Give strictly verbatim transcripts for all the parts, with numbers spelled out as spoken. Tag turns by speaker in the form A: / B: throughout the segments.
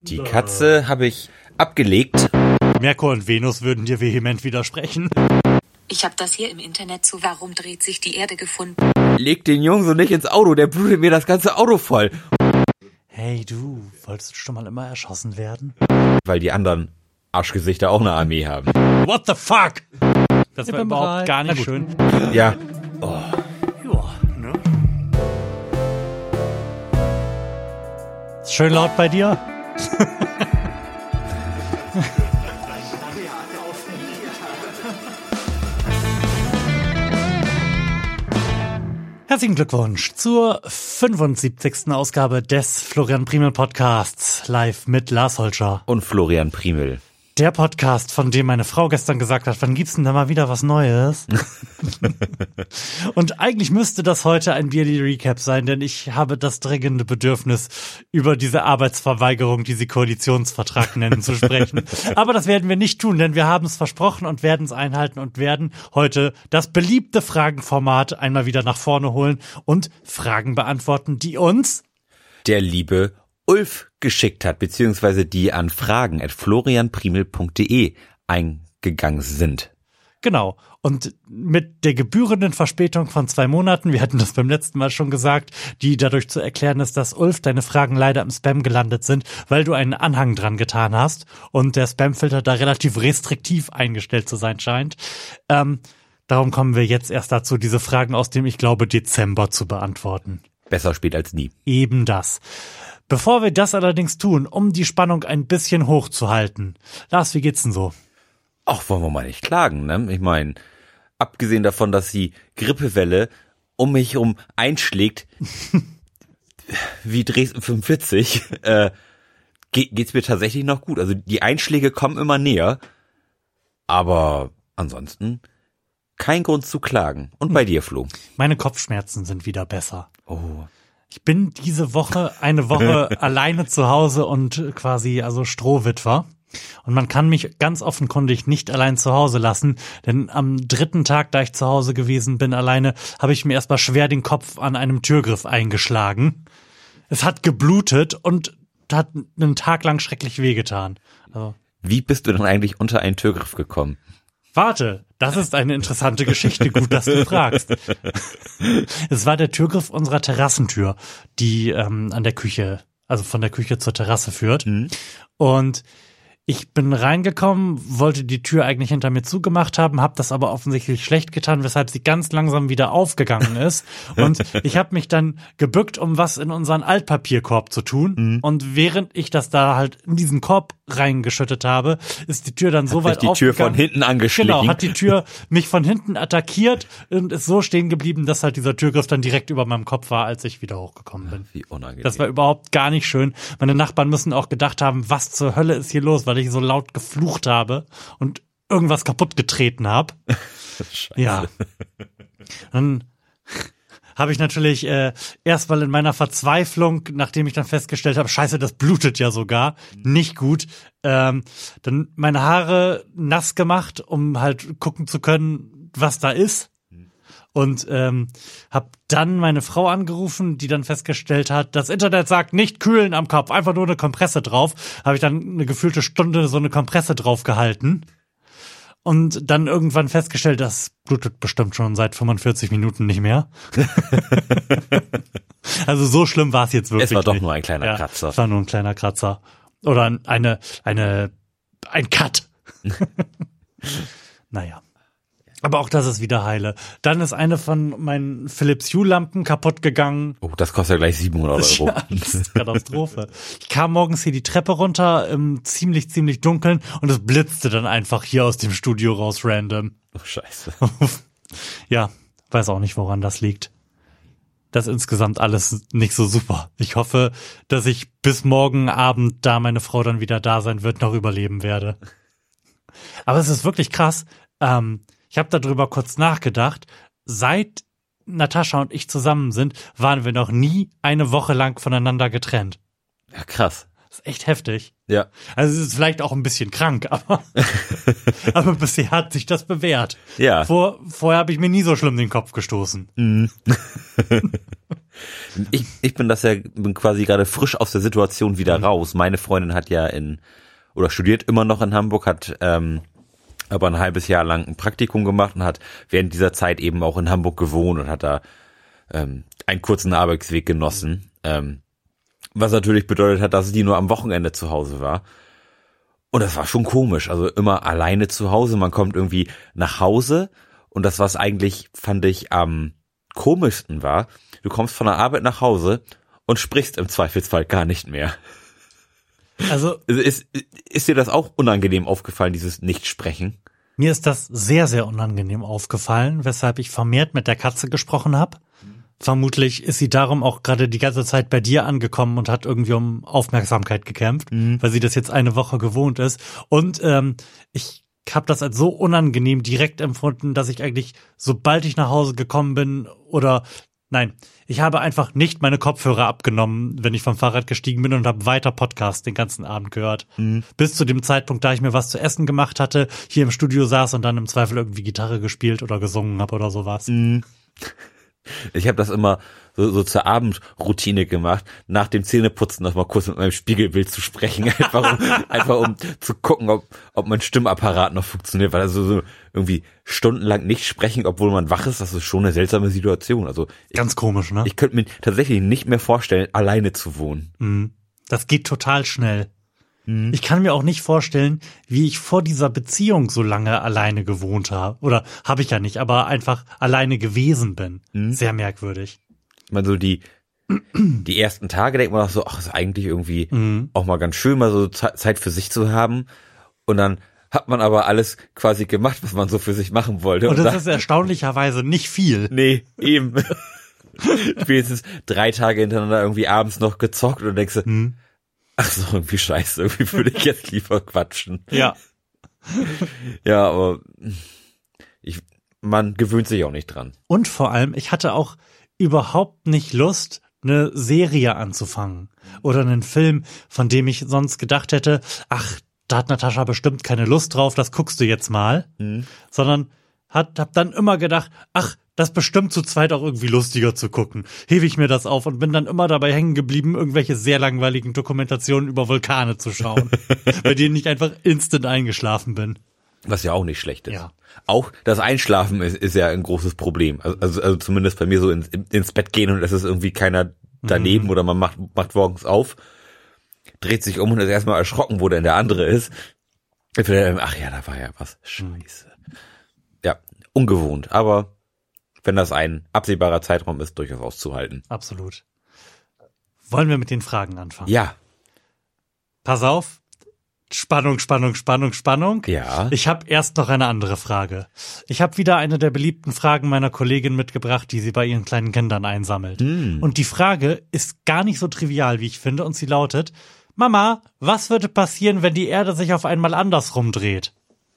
A: Die Katze habe ich abgelegt.
B: Merkur und Venus würden dir vehement widersprechen.
C: Ich habe das hier im Internet zu Warum dreht sich die Erde gefunden.
A: Leg den Jungen so nicht ins Auto, der blutet mir das ganze Auto voll.
B: Hey du, wolltest du schon mal immer erschossen werden?
A: Weil die anderen Arschgesichter auch eine Armee haben.
B: What the fuck? Das
D: Ich
B: war
D: bin
B: überhaupt
D: bereit.
B: gar nicht schön.
A: Ja.
B: Ja, ne? Ist schön laut bei dir? Herzlichen Glückwunsch zur fünfundsiebzigsten Ausgabe des Florian Primel Podcasts, live mit Lars Holscher.
A: Und Florian Primel.
B: Der Podcast, von dem meine Frau gestern gesagt hat, wann gibt's denn da mal wieder was Neues? Und eigentlich müsste das heute ein Yearly Recap sein, denn ich habe das dringende Bedürfnis, über diese Arbeitsverweigerung, die sie Koalitionsvertrag nennen, zu sprechen. Aber das werden wir nicht tun, denn wir haben es versprochen und werden es einhalten und werden heute das beliebte Fragenformat einmal wieder nach vorne holen und Fragen beantworten, die uns
A: Der liebe Ulf geschickt hat, beziehungsweise die an fragen at florianprimel punkt de eingegangen sind.
B: Genau. Und mit der gebührenden Verspätung von zwei Monaten, wir hatten das beim letzten Mal schon gesagt, die dadurch zu erklären ist, dass Ulf, deine Fragen leider im Spam gelandet sind, weil du einen Anhang dran getan hast und der Spamfilter da relativ restriktiv eingestellt zu sein scheint. Ähm, darum kommen wir jetzt erst dazu, diese Fragen aus dem, ich glaube, Dezember zu beantworten.
A: Besser spät als nie.
B: Eben das. Bevor wir das allerdings tun, um die Spannung ein bisschen hochzuhalten. Lars, wie geht's denn so?
A: Ach, wollen wir mal nicht klagen, ne? Ich meine, abgesehen davon, dass die Grippewelle um mich herum einschlägt, wie Dresden fünfundvierzig, äh, geht, geht's mir tatsächlich noch gut. Also die Einschläge kommen immer näher, aber ansonsten kein Grund zu klagen. Und bei dir, Flo?
B: Meine Kopfschmerzen sind wieder besser.
A: Oh.
B: Ich bin diese Woche eine Woche alleine zu Hause und quasi also Strohwitwer. Und man kann mich ganz offenkundig nicht allein zu Hause lassen, denn am dritten Tag, da ich zu Hause gewesen bin alleine, habe ich mir erstmal schwer den Kopf an einem Türgriff eingeschlagen. Es hat geblutet und hat einen Tag lang schrecklich wehgetan. Also,
A: Wie bist du denn eigentlich unter einen Türgriff gekommen?
B: warte, das ist eine interessante Geschichte. Gut, dass du fragst. Es war der Türgriff unserer Terrassentür, die ähm, an der Küche, also von der Küche zur Terrasse führt.
A: Mhm.
B: Und ich bin reingekommen, wollte die Tür eigentlich hinter mir zugemacht haben, habe das aber offensichtlich schlecht getan, weshalb sie ganz langsam wieder aufgegangen ist. Und ich habe mich dann gebückt, um was in unseren Altpapierkorb zu tun.
A: Mhm.
B: Und während ich das da halt in diesen Korb reingeschüttet habe, ist die Tür dann so weit
A: die Tür
B: aufgegangen.
A: von hinten angeschlichen.
B: Genau, hat die Tür mich von hinten attackiert und ist so stehen geblieben, dass halt dieser Türgriff dann direkt über meinem Kopf war, als ich wieder hochgekommen bin.
A: Wie unangenehm.
B: Das war überhaupt gar nicht schön. Meine Nachbarn müssen auch gedacht haben, was zur Hölle ist hier los, weil ich so laut geflucht habe und irgendwas kaputt getreten habe. Ja. Dann habe ich natürlich äh, erst mal in meiner Verzweiflung, nachdem ich dann festgestellt habe, scheiße, das blutet ja sogar, nicht gut, ähm, dann meine Haare nass gemacht, um halt gucken zu können, was da ist. Und ähm, habe dann meine Frau angerufen, die dann festgestellt hat, das Internet sagt, nicht kühlen am Kopf, einfach nur eine Kompresse drauf. Habe ich dann eine gefühlte Stunde so eine Kompresse drauf gehalten. Und dann irgendwann festgestellt, das blutet bestimmt schon seit fünfundvierzig Minuten nicht mehr. Also so schlimm war es jetzt wirklich
A: Es war doch
B: nicht.
A: nur ein kleiner
B: Ja,
A: Kratzer.
B: Es war nur ein kleiner Kratzer. Oder eine, eine, ein Cut. Naja. Aber auch das ist wieder heile. Dann ist eine von meinen Philips Hue-Lampen kaputt gegangen.
A: Oh, das kostet ja gleich siebenhundert Euro.
B: Ja, das ist Katastrophe. Ich kam morgens hier die Treppe runter im ziemlich, ziemlich dunkeln und es blitzte dann einfach hier aus dem Studio raus random.
A: Oh, scheiße.
B: Ja, weiß auch nicht, woran das liegt. Das ist insgesamt alles nicht so super. Ich hoffe, dass ich bis morgen Abend, da meine Frau dann wieder da sein wird, noch überleben werde. Aber es ist wirklich krass. Ähm, ich habe darüber kurz nachgedacht. Seit Natascha und ich zusammen sind, waren wir noch nie eine Woche lang voneinander getrennt.
A: Ja, krass.
B: Das ist echt heftig.
A: Ja.
B: Also es ist vielleicht auch ein bisschen krank, aber, aber bisher hat sich das bewährt.
A: Ja.
B: Vor, vorher habe ich mir nie so schlimm den Kopf gestoßen.
A: Mhm. Ich, ich bin das ja bin quasi gerade frisch aus der Situation wieder mhm. raus. Meine Freundin hat ja in, oder studiert immer noch in Hamburg, hat ähm, aber ein halbes Jahr lang ein Praktikum gemacht und hat während dieser Zeit eben auch in Hamburg gewohnt und hat da ähm, einen kurzen Arbeitsweg genossen. Ähm, was natürlich bedeutet hat, dass die nur am Wochenende zu Hause war. Und das war schon komisch, also immer alleine zu Hause. Man kommt irgendwie nach Hause und das, was eigentlich, fand ich, am komischsten war, du kommst von der Arbeit nach Hause und sprichst im Zweifelsfall gar nicht mehr.
B: Also
A: ist, ist dir das auch unangenehm aufgefallen, dieses Nichtsprechen?
B: Mir ist das sehr, sehr unangenehm aufgefallen, weshalb ich vermehrt mit der Katze gesprochen habe. Mhm. Vermutlich ist sie darum auch gerade die ganze Zeit bei dir angekommen und hat irgendwie um Aufmerksamkeit gekämpft, mhm. weil sie das jetzt eine Woche gewohnt ist. Und ähm, ich habe das als so unangenehm direkt empfunden, dass ich eigentlich, sobald ich nach Hause gekommen bin oder nein, ich habe einfach nicht meine Kopfhörer abgenommen, wenn ich vom Fahrrad gestiegen bin und habe weiter Podcast den ganzen Abend gehört. Mhm. Bis zu dem Zeitpunkt, da ich mir was zu essen gemacht hatte, hier im Studio saß und dann im Zweifel irgendwie Gitarre gespielt oder gesungen habe oder sowas.
A: Mhm. Ich habe das immer so, so zur Abendroutine gemacht, nach dem Zähneputzen noch mal kurz mit meinem Spiegelbild zu sprechen, einfach um, einfach um zu gucken, ob, ob mein Stimmapparat noch funktioniert, weil also so irgendwie stundenlang nicht sprechen, obwohl man wach ist, das ist schon eine seltsame Situation. Also ich,
B: ganz komisch, ne?
A: Ich könnte mir tatsächlich nicht mehr vorstellen, alleine zu wohnen.
B: Mhm. Das geht total schnell. Mhm. Ich kann mir auch nicht vorstellen, wie ich vor dieser Beziehung so lange alleine gewohnt habe. Oder habe ich ja nicht, aber einfach alleine gewesen bin. Mhm. Sehr merkwürdig.
A: Ich meine, so die, die ersten Tage denkt man auch so, ach, ist eigentlich irgendwie mhm. auch mal ganz schön, mal so Zeit für sich zu haben. Und dann hat man aber alles quasi gemacht, was man so für sich machen wollte.
B: Und das und ist erstaunlicherweise nicht viel.
A: Nee, eben. Spätestens drei Tage hintereinander irgendwie abends noch gezockt und denkst du, mhm. ach so, irgendwie scheiße, irgendwie würde ich jetzt lieber quatschen.
B: Ja.
A: Ja, aber ich, man gewöhnt sich auch nicht dran.
B: Und vor allem, ich hatte auch überhaupt nicht Lust, eine Serie anzufangen oder einen Film, von dem ich sonst gedacht hätte, ach, da hat Natascha bestimmt keine Lust drauf, das guckst du jetzt mal, mhm. sondern hat, hab dann immer gedacht, ach, das ist bestimmt zu zweit auch irgendwie lustiger zu gucken. Hebe ich mir das auf und bin dann immer dabei hängen geblieben, irgendwelche sehr langweiligen Dokumentationen über Vulkane zu schauen, bei denen ich einfach instant eingeschlafen bin.
A: Was ja auch nicht schlecht ist.
B: Ja.
A: Auch das Einschlafen ist, ist ja ein großes Problem. Also, also, also zumindest bei mir so ins, ins Bett gehen und es ist irgendwie keiner daneben mhm. oder man macht, macht morgens auf, dreht sich um und ist erstmal erschrocken, wo denn der andere ist. Ach ja, da war ja was. Scheiße. Ja, ungewohnt, aber wenn das ein absehbarer Zeitraum ist, durchaus auszuhalten.
B: Absolut. Wollen wir mit den Fragen anfangen?
A: Ja.
B: Pass auf. Spannung, Spannung, Spannung, Spannung.
A: Ja.
B: Ich habe erst noch eine andere Frage. Ich habe wieder eine der beliebten Fragen meiner Kollegin mitgebracht, die sie bei ihren kleinen Kindern einsammelt. Mm. Und die Frage ist gar nicht so trivial, wie ich finde, und sie lautet: Mama, was würde passieren, wenn die Erde sich auf einmal andersrum dreht?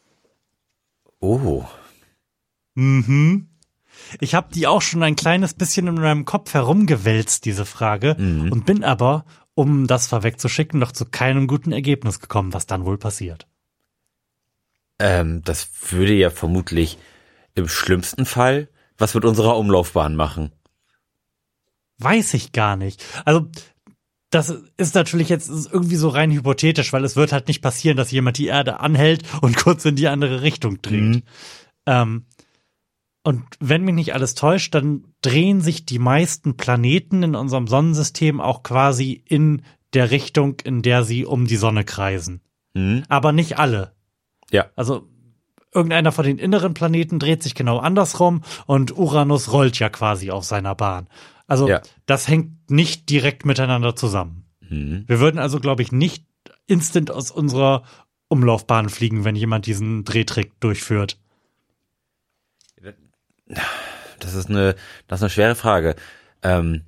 A: Oh.
B: Mhm. Ich habe die auch schon ein kleines bisschen in meinem Kopf herumgewälzt, diese Frage, mhm. und bin aber, um das vorwegzuschicken, noch zu keinem guten Ergebnis gekommen, was dann wohl passiert.
A: Ähm, das würde ja vermutlich im schlimmsten Fall was mit unserer Umlaufbahn machen.
B: Weiß ich gar nicht. Also das ist natürlich jetzt irgendwie so rein hypothetisch, weil es wird halt nicht passieren, dass jemand die Erde anhält und kurz in die andere Richtung dreht. Mhm. Ähm, Und wenn mich nicht alles täuscht, dann drehen sich die meisten Planeten in unserem Sonnensystem auch quasi in der Richtung, in der sie um die Sonne kreisen. Mhm. Aber nicht alle.
A: Ja.
B: Also irgendeiner von den inneren Planeten dreht sich genau andersrum und Uranus rollt ja quasi auf seiner Bahn. Also ja. Das hängt nicht direkt miteinander zusammen. Mhm. Wir würden also, glaube ich, nicht instant aus unserer Umlaufbahn fliegen, wenn jemand diesen Drehtrick durchführt.
A: Das ist eine, das ist eine schwere Frage. Ähm,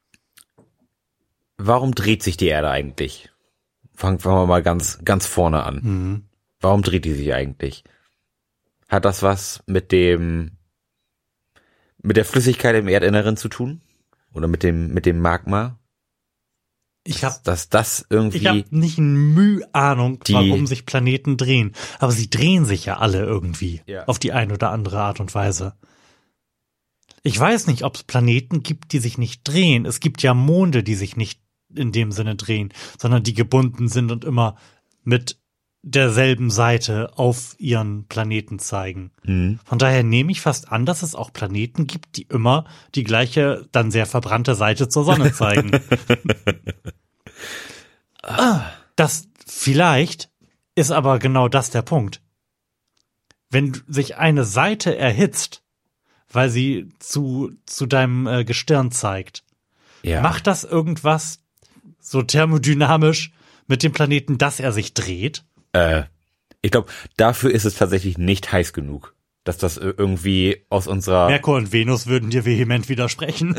A: warum dreht sich die Erde eigentlich? Fangen, fangen wir mal ganz, ganz vorne an. Mhm. Warum dreht die sich eigentlich? Hat das was mit dem, mit der Flüssigkeit im Erdinneren zu tun? Oder mit dem, mit dem Magma?
B: Ich habe,
A: dass das irgendwie.
B: Ich habe nicht eine Mühe Ahnung, warum sich Planeten drehen. Aber sie drehen sich ja alle irgendwie. Ja. Auf die eine oder andere Art und Weise. Ich weiß nicht, ob es Planeten gibt, die sich nicht drehen. Es gibt ja Monde, die sich nicht in dem Sinne drehen, sondern die gebunden sind und immer mit derselben Seite auf ihren Planeten zeigen.
A: Mhm.
B: Von daher nehme ich fast an, dass es auch Planeten gibt, die immer die gleiche, dann sehr verbrannte Seite zur Sonne zeigen. ah, das vielleicht ist aber genau das der Punkt. Wenn sich eine Seite erhitzt, weil sie zu, zu deinem äh, Gestirn zeigt,
A: Ja.
B: macht das irgendwas so thermodynamisch mit dem Planeten, dass er sich dreht?
A: Äh, ich glaube, dafür ist es tatsächlich nicht heiß genug, dass das irgendwie aus unserer...
B: Merkur und Venus würden dir vehement widersprechen.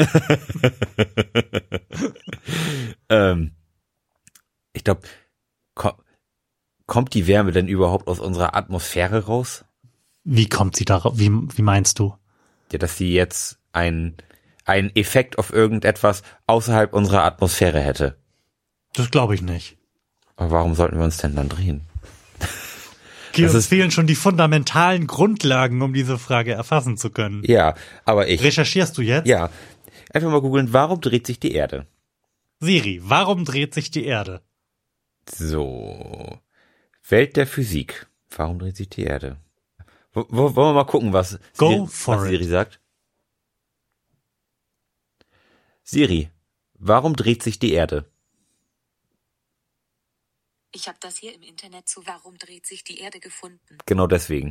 A: ähm, ich glaube, ko- kommt die Wärme denn überhaupt aus unserer Atmosphäre raus?
B: Wie kommt sie darauf? Wie, wie meinst du?
A: Ja, dass sie jetzt ein, einen Effekt auf irgendetwas außerhalb unserer Atmosphäre hätte.
B: Das glaube ich nicht.
A: Aber warum sollten wir uns denn dann drehen?
B: Okay,
A: Das
B: uns
A: ist-
B: fehlen schon die fundamentalen Grundlagen, um diese Frage erfassen zu können.
A: Ja, aber ich...
B: Recherchierst du jetzt?
A: Ja, einfach mal googeln, warum dreht sich die Erde?
B: Siri, warum dreht sich die Erde?
A: So, Welt der Physik. Warum dreht sich die Erde? W wollen wir mal gucken, was,
B: Go
A: Siri,
B: for
A: was
B: it.
A: Siri sagt? Siri, warum dreht sich die Erde?
C: Ich habe das hier im Internet zu Warum dreht sich die Erde gefunden.
A: Genau deswegen.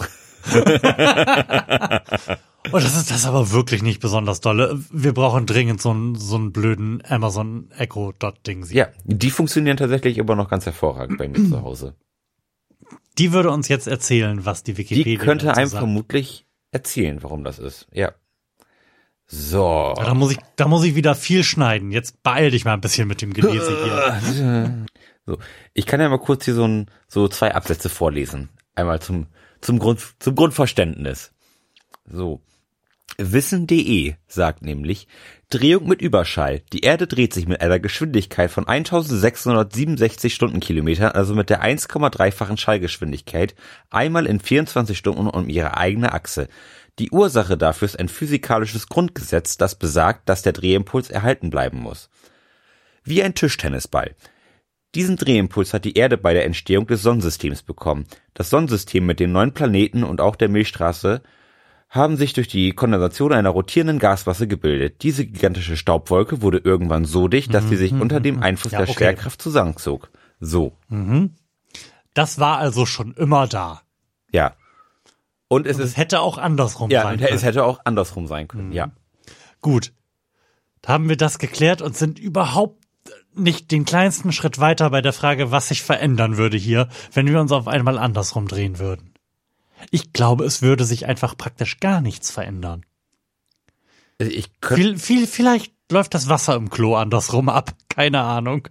B: Oh, das ist das ist aber wirklich nicht besonders dolle. Wir brauchen dringend so einen so einen blöden Amazon Echo Dot Ding.
A: Ja, die funktionieren tatsächlich immer noch ganz hervorragend bei mir zu Hause.
B: Die würde uns jetzt erzählen, was die Wikipedia
A: Die könnte
B: dazu
A: einem
B: sagt.
A: vermutlich erzählen, warum das ist. Ja. So.
B: Ja, da muss ich, da muss ich wieder viel schneiden. Jetzt beeil dich mal ein bisschen mit dem Gelese hier.
A: So, ich kann ja mal kurz hier so, ein, so zwei Absätze vorlesen. Einmal zum, zum, Grund, zum Grundverständnis. So. Wissen Punkt de sagt nämlich, Drehung mit Überschall. Die Erde dreht sich mit einer Geschwindigkeit von eintausendsechshundertsiebenundsechzig Stundenkilometern, also mit der eins Komma drei-fachen Schallgeschwindigkeit, einmal in vierundzwanzig Stunden um ihre eigene Achse. Die Ursache dafür ist ein physikalisches Grundgesetz, das besagt, dass der Drehimpuls erhalten bleiben muss. Wie ein Tischtennisball. Diesen Drehimpuls hat die Erde bei der Entstehung des Sonnensystems bekommen. Das Sonnensystem mit den neun Planeten und auch der Milchstraße haben sich durch die Kondensation einer rotierenden Gasmasse gebildet. Diese gigantische Staubwolke wurde irgendwann so dicht, dass sie sich unter dem Einfluss
B: Ja,
A: der
B: okay.
A: Schwerkraft zusammenzog. So,
B: Das war also schon immer da.
A: ja. Und es
B: Es
A: ist,
B: hätte auch andersrum
A: ja,
B: sein
A: und
B: können.
A: es hätte auch andersrum sein können, ja.
B: Gut. Da haben wir das geklärt und sind überhaupt nicht den kleinsten Schritt weiter bei der Frage, was sich verändern würde hier, wenn wir uns auf einmal andersrum drehen würden. Ich glaube, es würde sich einfach praktisch gar nichts verändern.
A: Ich könnte,
B: Viel, viel, vielleicht läuft das Wasser im Klo andersrum ab. Keine Ahnung.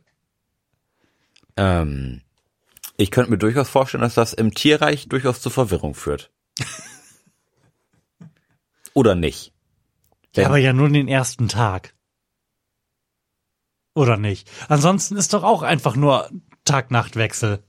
A: ähm, ich könnte mir durchaus vorstellen, dass das im Tierreich durchaus zu Verwirrung führt. Oder nicht?
B: Ja, aber ja nur den ersten Tag. Oder nicht? Ansonsten ist doch auch einfach nur Tag-Nacht-Wechsel.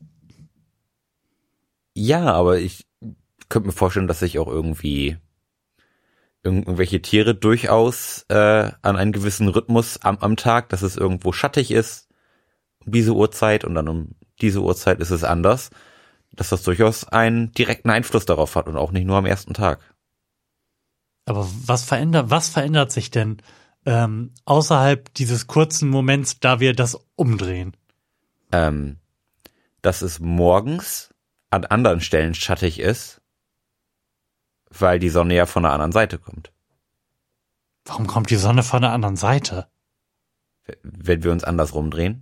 A: Ja, aber ich könnte mir vorstellen, dass sich auch irgendwie irgendwelche Tiere durchaus äh, an einen gewissen Rhythmus am, am Tag, dass es irgendwo schattig ist um diese Uhrzeit und dann um diese Uhrzeit ist es anders, dass das durchaus einen direkten Einfluss darauf hat und auch nicht nur am ersten Tag.
B: Aber was verändert, was verändert sich denn ähm, außerhalb dieses kurzen Moments, da wir das umdrehen?
A: Ähm, dass es morgens an anderen Stellen schattig ist, weil die Sonne ja von der anderen Seite kommt.
B: Warum kommt die Sonne von der anderen Seite?
A: Wenn wir uns andersrum drehen.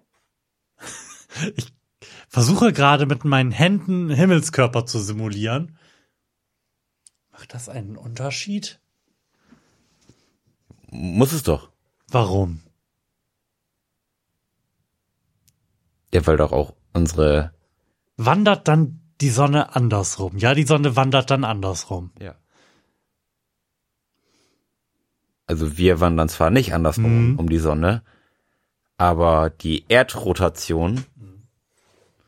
B: Ich versuche gerade mit meinen Händen Himmelskörper zu simulieren. Macht das einen Unterschied?
A: Muss es doch.
B: Warum?
A: Ja, weil doch auch unsere...
B: Wandert dann die Sonne andersrum? Ja, die Sonne wandert dann andersrum.
A: Ja. Also wir wandern zwar nicht andersrum
B: Mhm.
A: um die Sonne, aber die Erdrotation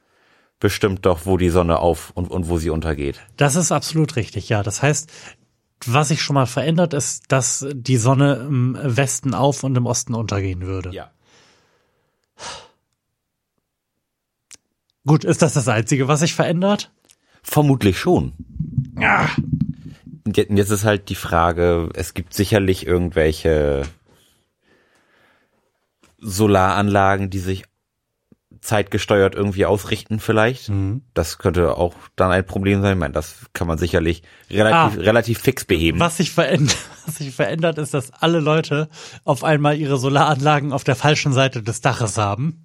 A: bestimmt doch, wo die Sonne auf und, und wo sie untergeht.
B: Das ist absolut richtig, ja. Das heißt, was sich schon mal verändert, ist, dass die Sonne im Westen auf und im Osten untergehen würde.
A: Ja.
B: Gut, ist das das Einzige, was sich verändert?
A: Vermutlich schon.
B: Ja.
A: Und jetzt ist halt die Frage, es gibt sicherlich irgendwelche Solaranlagen, die sich zeitgesteuert irgendwie ausrichten vielleicht.
B: Mhm.
A: Das könnte auch dann ein Problem sein. Ich meine, das kann man sicherlich relativ,
B: Ah.
A: relativ fix beheben.
B: Was sich verändert, was sich verändert, ist, dass alle Leute auf einmal ihre Solaranlagen auf der falschen Seite des Daches haben.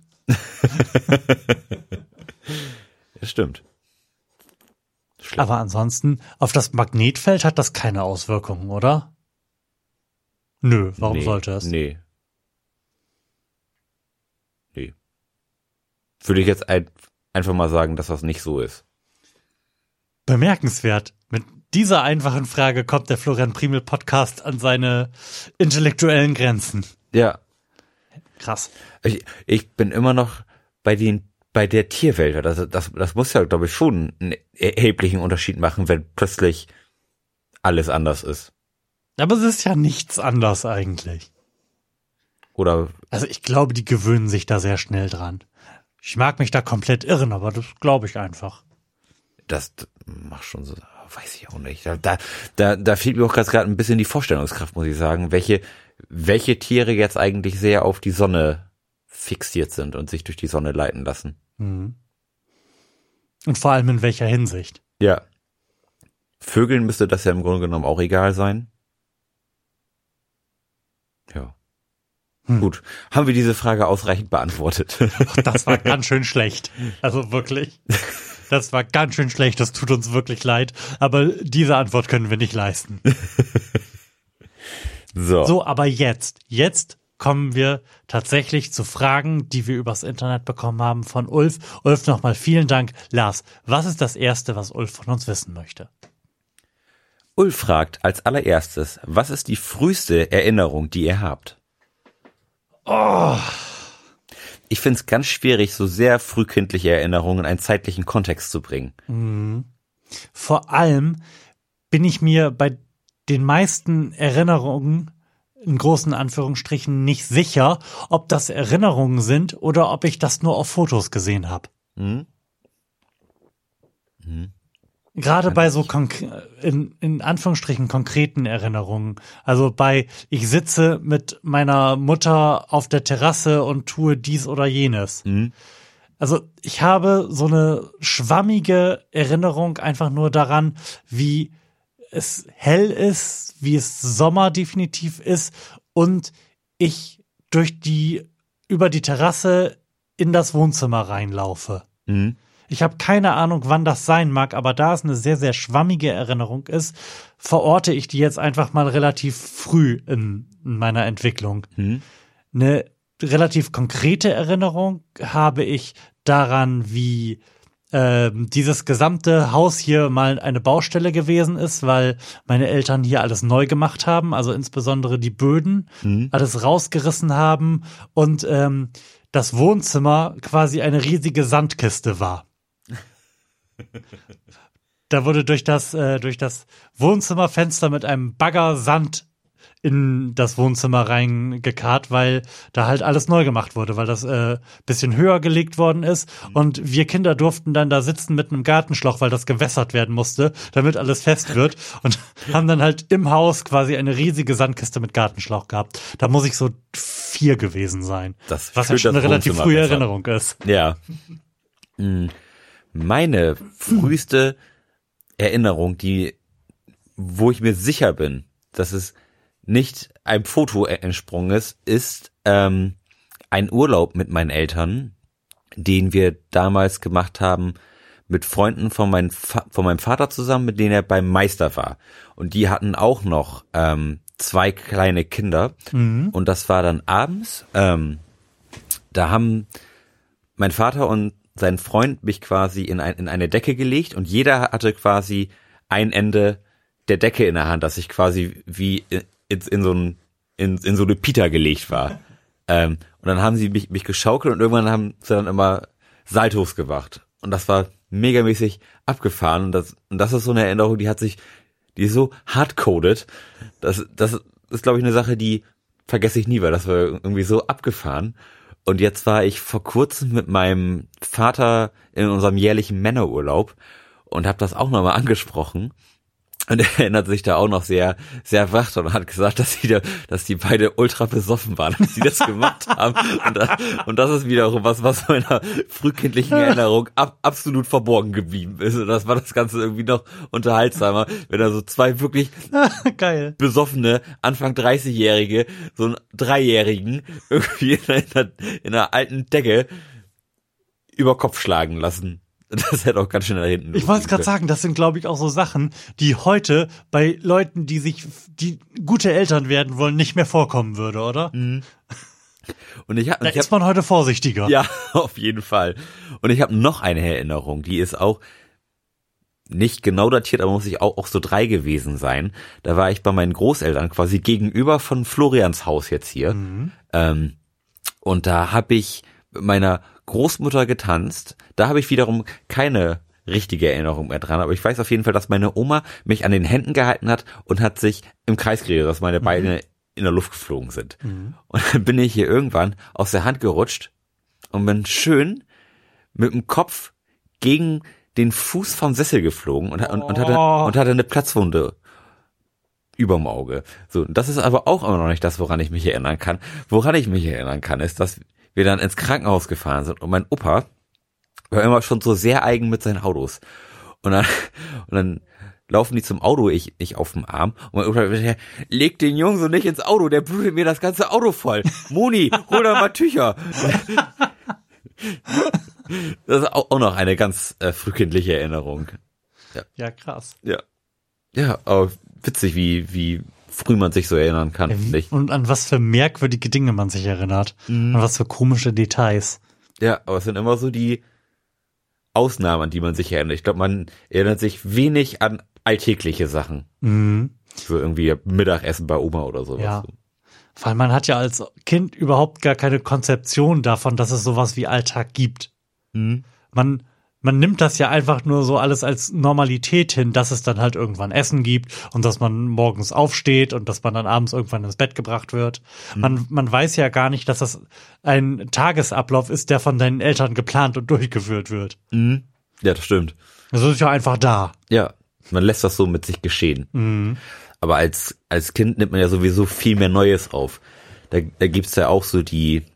A: Das stimmt. Schlimm.
B: Aber ansonsten, auf das Magnetfeld hat das keine Auswirkungen, oder? Nö, warum
A: nee,
B: sollte es?
A: Nee. Nee. Würde ich jetzt ein, einfach mal sagen, dass das nicht so ist.
B: Bemerkenswert. Mit dieser einfachen Frage kommt der Florian Primel Podcast an seine intellektuellen Grenzen.
A: Ja.
B: Krass.
A: Ich, ich bin immer noch bei den bei der Tierwelt. Das, das, das muss ja, glaube ich, schon einen erheblichen Unterschied machen, wenn plötzlich alles anders ist.
B: Aber es ist ja nichts anders eigentlich.
A: Oder
B: Also ich glaube, die gewöhnen sich da sehr schnell dran. Ich mag mich da komplett irren, aber das glaube ich einfach.
A: das macht schon so, weiß ich auch nicht. Da, da, da, da fehlt mir auch gerade ein bisschen die Vorstellungskraft, muss ich sagen, welche, welche Tiere jetzt eigentlich sehr auf die Sonne fixiert sind und sich durch die Sonne leiten lassen.
B: Mhm. Und vor allem in welcher Hinsicht?
A: Ja. Vögeln müsste das ja im Grunde genommen auch egal sein. Ja.
B: Hm.
A: Gut. Haben wir diese Frage ausreichend beantwortet?
B: Ach, das war ganz schön schlecht. Also wirklich. Das war ganz schön schlecht. Das tut uns wirklich leid. Aber diese Antwort können wir nicht leisten.
A: So.
B: So, aber jetzt, jetzt kommen wir tatsächlich zu Fragen, die wir übers Internet bekommen haben von Ulf. Ulf, nochmal vielen Dank. Lars, was ist das Erste, was Ulf von uns wissen möchte?
A: Ulf fragt als allererstes, was ist die früheste Erinnerung, die ihr habt?
B: Oh.
A: Ich finde es ganz schwierig, so sehr frühkindliche Erinnerungen in einen zeitlichen Kontext zu bringen.
B: Mhm. Vor allem bin ich mir bei den meisten Erinnerungen in großen Anführungsstrichen nicht sicher, ob das Erinnerungen sind oder ob ich das nur auf Fotos gesehen habe.
A: Mhm. Mhm.
B: Gerade bei so konkre- in, in Anführungsstrichen konkreten Erinnerungen. Also bei, ich sitze mit meiner Mutter auf der Terrasse und tue dies oder jenes.
A: Mhm.
B: Also ich habe so eine schwammige Erinnerung einfach nur daran, wie es hell ist, wie es Sommer definitiv ist und ich durch die, über die Terrasse in das Wohnzimmer reinlaufe.
A: Mhm.
B: Ich habe keine Ahnung, wann das sein mag, aber da es eine sehr, sehr schwammige Erinnerung ist, verorte ich die jetzt einfach mal relativ früh in, in meiner Entwicklung.
A: Mhm.
B: Eine relativ konkrete Erinnerung habe ich daran, wie äh, dieses gesamte Haus hier mal eine Baustelle gewesen ist, weil meine Eltern hier alles neu gemacht haben, also insbesondere die Böden,
A: Mhm.
B: alles rausgerissen haben und ähm, das Wohnzimmer quasi eine riesige Sandkiste war. Da wurde durch das, äh, durch das Wohnzimmerfenster mit einem Bagger Sand in das Wohnzimmer reingekarrt, weil da halt alles neu gemacht wurde, weil das äh, bisschen höher gelegt worden ist und wir Kinder durften dann da sitzen mit einem Gartenschlauch, weil das gewässert werden musste, damit alles fest wird und haben dann halt im Haus quasi eine riesige Sandkiste mit Gartenschlauch gehabt. Da muss ich so vier gewesen sein,
A: Das
B: was ja
A: fühlt
B: schon
A: das
B: eine relativ
A: Wohnzimmer
B: frühe
A: besser.
B: Erinnerung ist.
A: Ja. Mhm. Meine früheste Erinnerung, die, wo ich mir sicher bin, dass es nicht einem Foto entsprungen ist, ist ähm, ein Urlaub mit meinen Eltern, den wir damals gemacht haben mit Freunden von, mein Fa- von meinem Vater zusammen, mit denen er beim Meister war. Und die hatten auch noch ähm, zwei kleine Kinder.
B: Mhm.
A: Und das war dann abends. Ähm, da haben mein Vater und sein Freund mich quasi in, ein, in eine Decke gelegt und jeder hatte quasi ein Ende der Decke in der Hand, dass ich quasi wie in, in, in so ein in, in so eine Pita gelegt war. ähm, und dann haben sie mich, mich geschaukelt und irgendwann haben sie dann immer Saltos gemacht. Und das war megamäßig abgefahren. Und das, und das ist so eine Erinnerung, die hat sich die ist so hardcoded. Das, das ist, glaube ich, eine Sache, die vergesse ich nie, weil das war irgendwie so abgefahren. Und jetzt war ich vor kurzem mit meinem Vater in unserem jährlichen Männerurlaub und habe das auch nochmal angesprochen. Und er erinnert sich da auch noch sehr, sehr wach und hat gesagt, dass die, da, dass die beide ultra besoffen waren, als sie das gemacht haben. Und, da, und das ist wiederum was, was meiner frühkindlichen Erinnerung ab, absolut verborgen geblieben ist. Und das war das Ganze irgendwie noch unterhaltsamer, wenn da so zwei wirklich
B: Geil.
A: besoffene, Anfang dreißigjährige, so einen Dreijährigen irgendwie in einer, in einer alten Decke über Kopf schlagen lassen. Das hätte auch ganz schön nach hinten.
B: Ich wollte es gerade sagen, das sind, glaube ich, auch so Sachen, die heute bei Leuten, die sich, die gute Eltern werden wollen, nicht mehr vorkommen würde, oder?
A: Mhm. Und ich hab,
B: da
A: ich
B: ist
A: hab,
B: man heute vorsichtiger.
A: Ja, auf jeden Fall. Und ich habe noch eine Erinnerung, die ist auch nicht genau datiert, aber muss ich auch, auch so drei gewesen sein. Da war ich bei meinen Großeltern quasi gegenüber von Florians Haus jetzt hier. Mhm. Ähm, und da habe ich mit meiner Großmutter getanzt. Da habe ich wiederum keine richtige Erinnerung mehr dran, aber ich weiß auf jeden Fall, dass meine Oma mich an den Händen gehalten hat und hat sich im Kreis geredet, dass meine Beine mhm. in der Luft geflogen sind. Mhm. Und dann bin ich hier irgendwann aus der Hand gerutscht und bin schön mit dem Kopf gegen den Fuß vom Sessel geflogen und, und, und, hatte, und hatte eine Platzwunde überm Auge. So, das ist aber auch immer noch nicht das, woran ich mich erinnern kann. Woran ich mich erinnern kann, ist, dass wir dann ins Krankenhaus gefahren sind und mein Opa war immer schon so sehr eigen mit seinen Autos. Und dann, und dann laufen die zum Auto, ich, ich auf dem Arm und mein Opa sagt, leg den Jungen so nicht ins Auto, der blutet mir das ganze Auto voll. Moni, hol da mal Tücher. Das ist auch, auch noch eine ganz äh, frühkindliche Erinnerung. Ja,
B: ja krass.
A: Ja, ja, aber witzig, wie, wie früh man sich so erinnern kann.
B: Ja,
A: nicht?
B: Und an was für merkwürdige Dinge man sich erinnert. Mhm. Und was für komische Details.
A: Ja, aber es sind immer so die Ausnahmen, an die man sich erinnert. Ich glaube, man erinnert sich wenig an alltägliche Sachen. Mhm. So irgendwie Mittagessen bei Oma oder sowas.
B: Ja. Weil man hat ja als Kind überhaupt gar keine Konzeption davon, dass es sowas wie Alltag gibt. Mhm. Man Man nimmt das ja einfach nur so alles als Normalität hin, dass es dann halt irgendwann Essen gibt und dass man morgens aufsteht und dass man dann abends irgendwann ins Bett gebracht wird. Mhm. Man, man weiß ja gar nicht, dass das ein Tagesablauf ist, der von deinen Eltern geplant und durchgeführt wird.
A: Mhm. Ja, das stimmt.
B: Das ist ja einfach da.
A: Ja, man lässt das so mit sich geschehen. Mhm. Aber als, als Kind nimmt man ja sowieso viel mehr Neues auf. Da, da gibt's ja auch so die,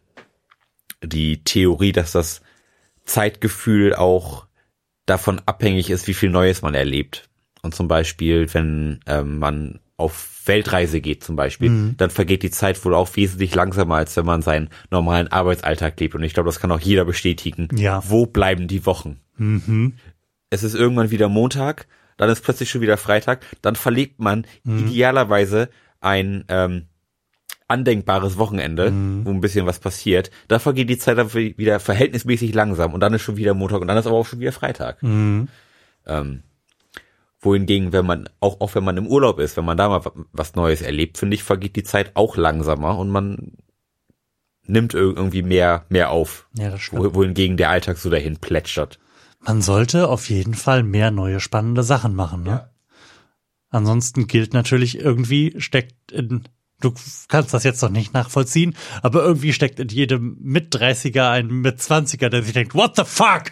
A: die Theorie, dass das Zeitgefühl auch davon abhängig ist, wie viel Neues man erlebt. Und zum Beispiel, wenn ähm, man auf Weltreise geht zum Beispiel, mhm. dann vergeht die Zeit wohl auch wesentlich langsamer, als wenn man seinen normalen Arbeitsalltag lebt. Und ich glaube, das kann auch jeder bestätigen.
B: Ja.
A: Wo bleiben die Wochen? Mhm. Es ist irgendwann wieder Montag, dann ist plötzlich schon wieder Freitag, dann verlebt man mhm. idealerweise ein ähm, andenkbares Wochenende, mhm. wo ein bisschen was passiert, da vergeht die Zeit dann wieder verhältnismäßig langsam und dann ist schon wieder Montag und dann ist aber auch schon wieder Freitag. Mhm. Ähm, wohingegen, wenn man, auch, auch wenn man im Urlaub ist, wenn man da mal was Neues erlebt, finde ich, vergeht die Zeit auch langsamer und man nimmt irgendwie mehr, mehr auf.
B: Ja, das stimmt.
A: Wohingegen der Alltag so dahin plätschert.
B: Man sollte auf jeden Fall mehr neue spannende Sachen machen, ne?
A: Ja.
B: Ansonsten gilt natürlich, irgendwie steckt in Du kannst das jetzt noch nicht nachvollziehen, aber irgendwie steckt in jedem Mit-dreißiger ein Mit-zwanziger, der sich denkt, what the fuck?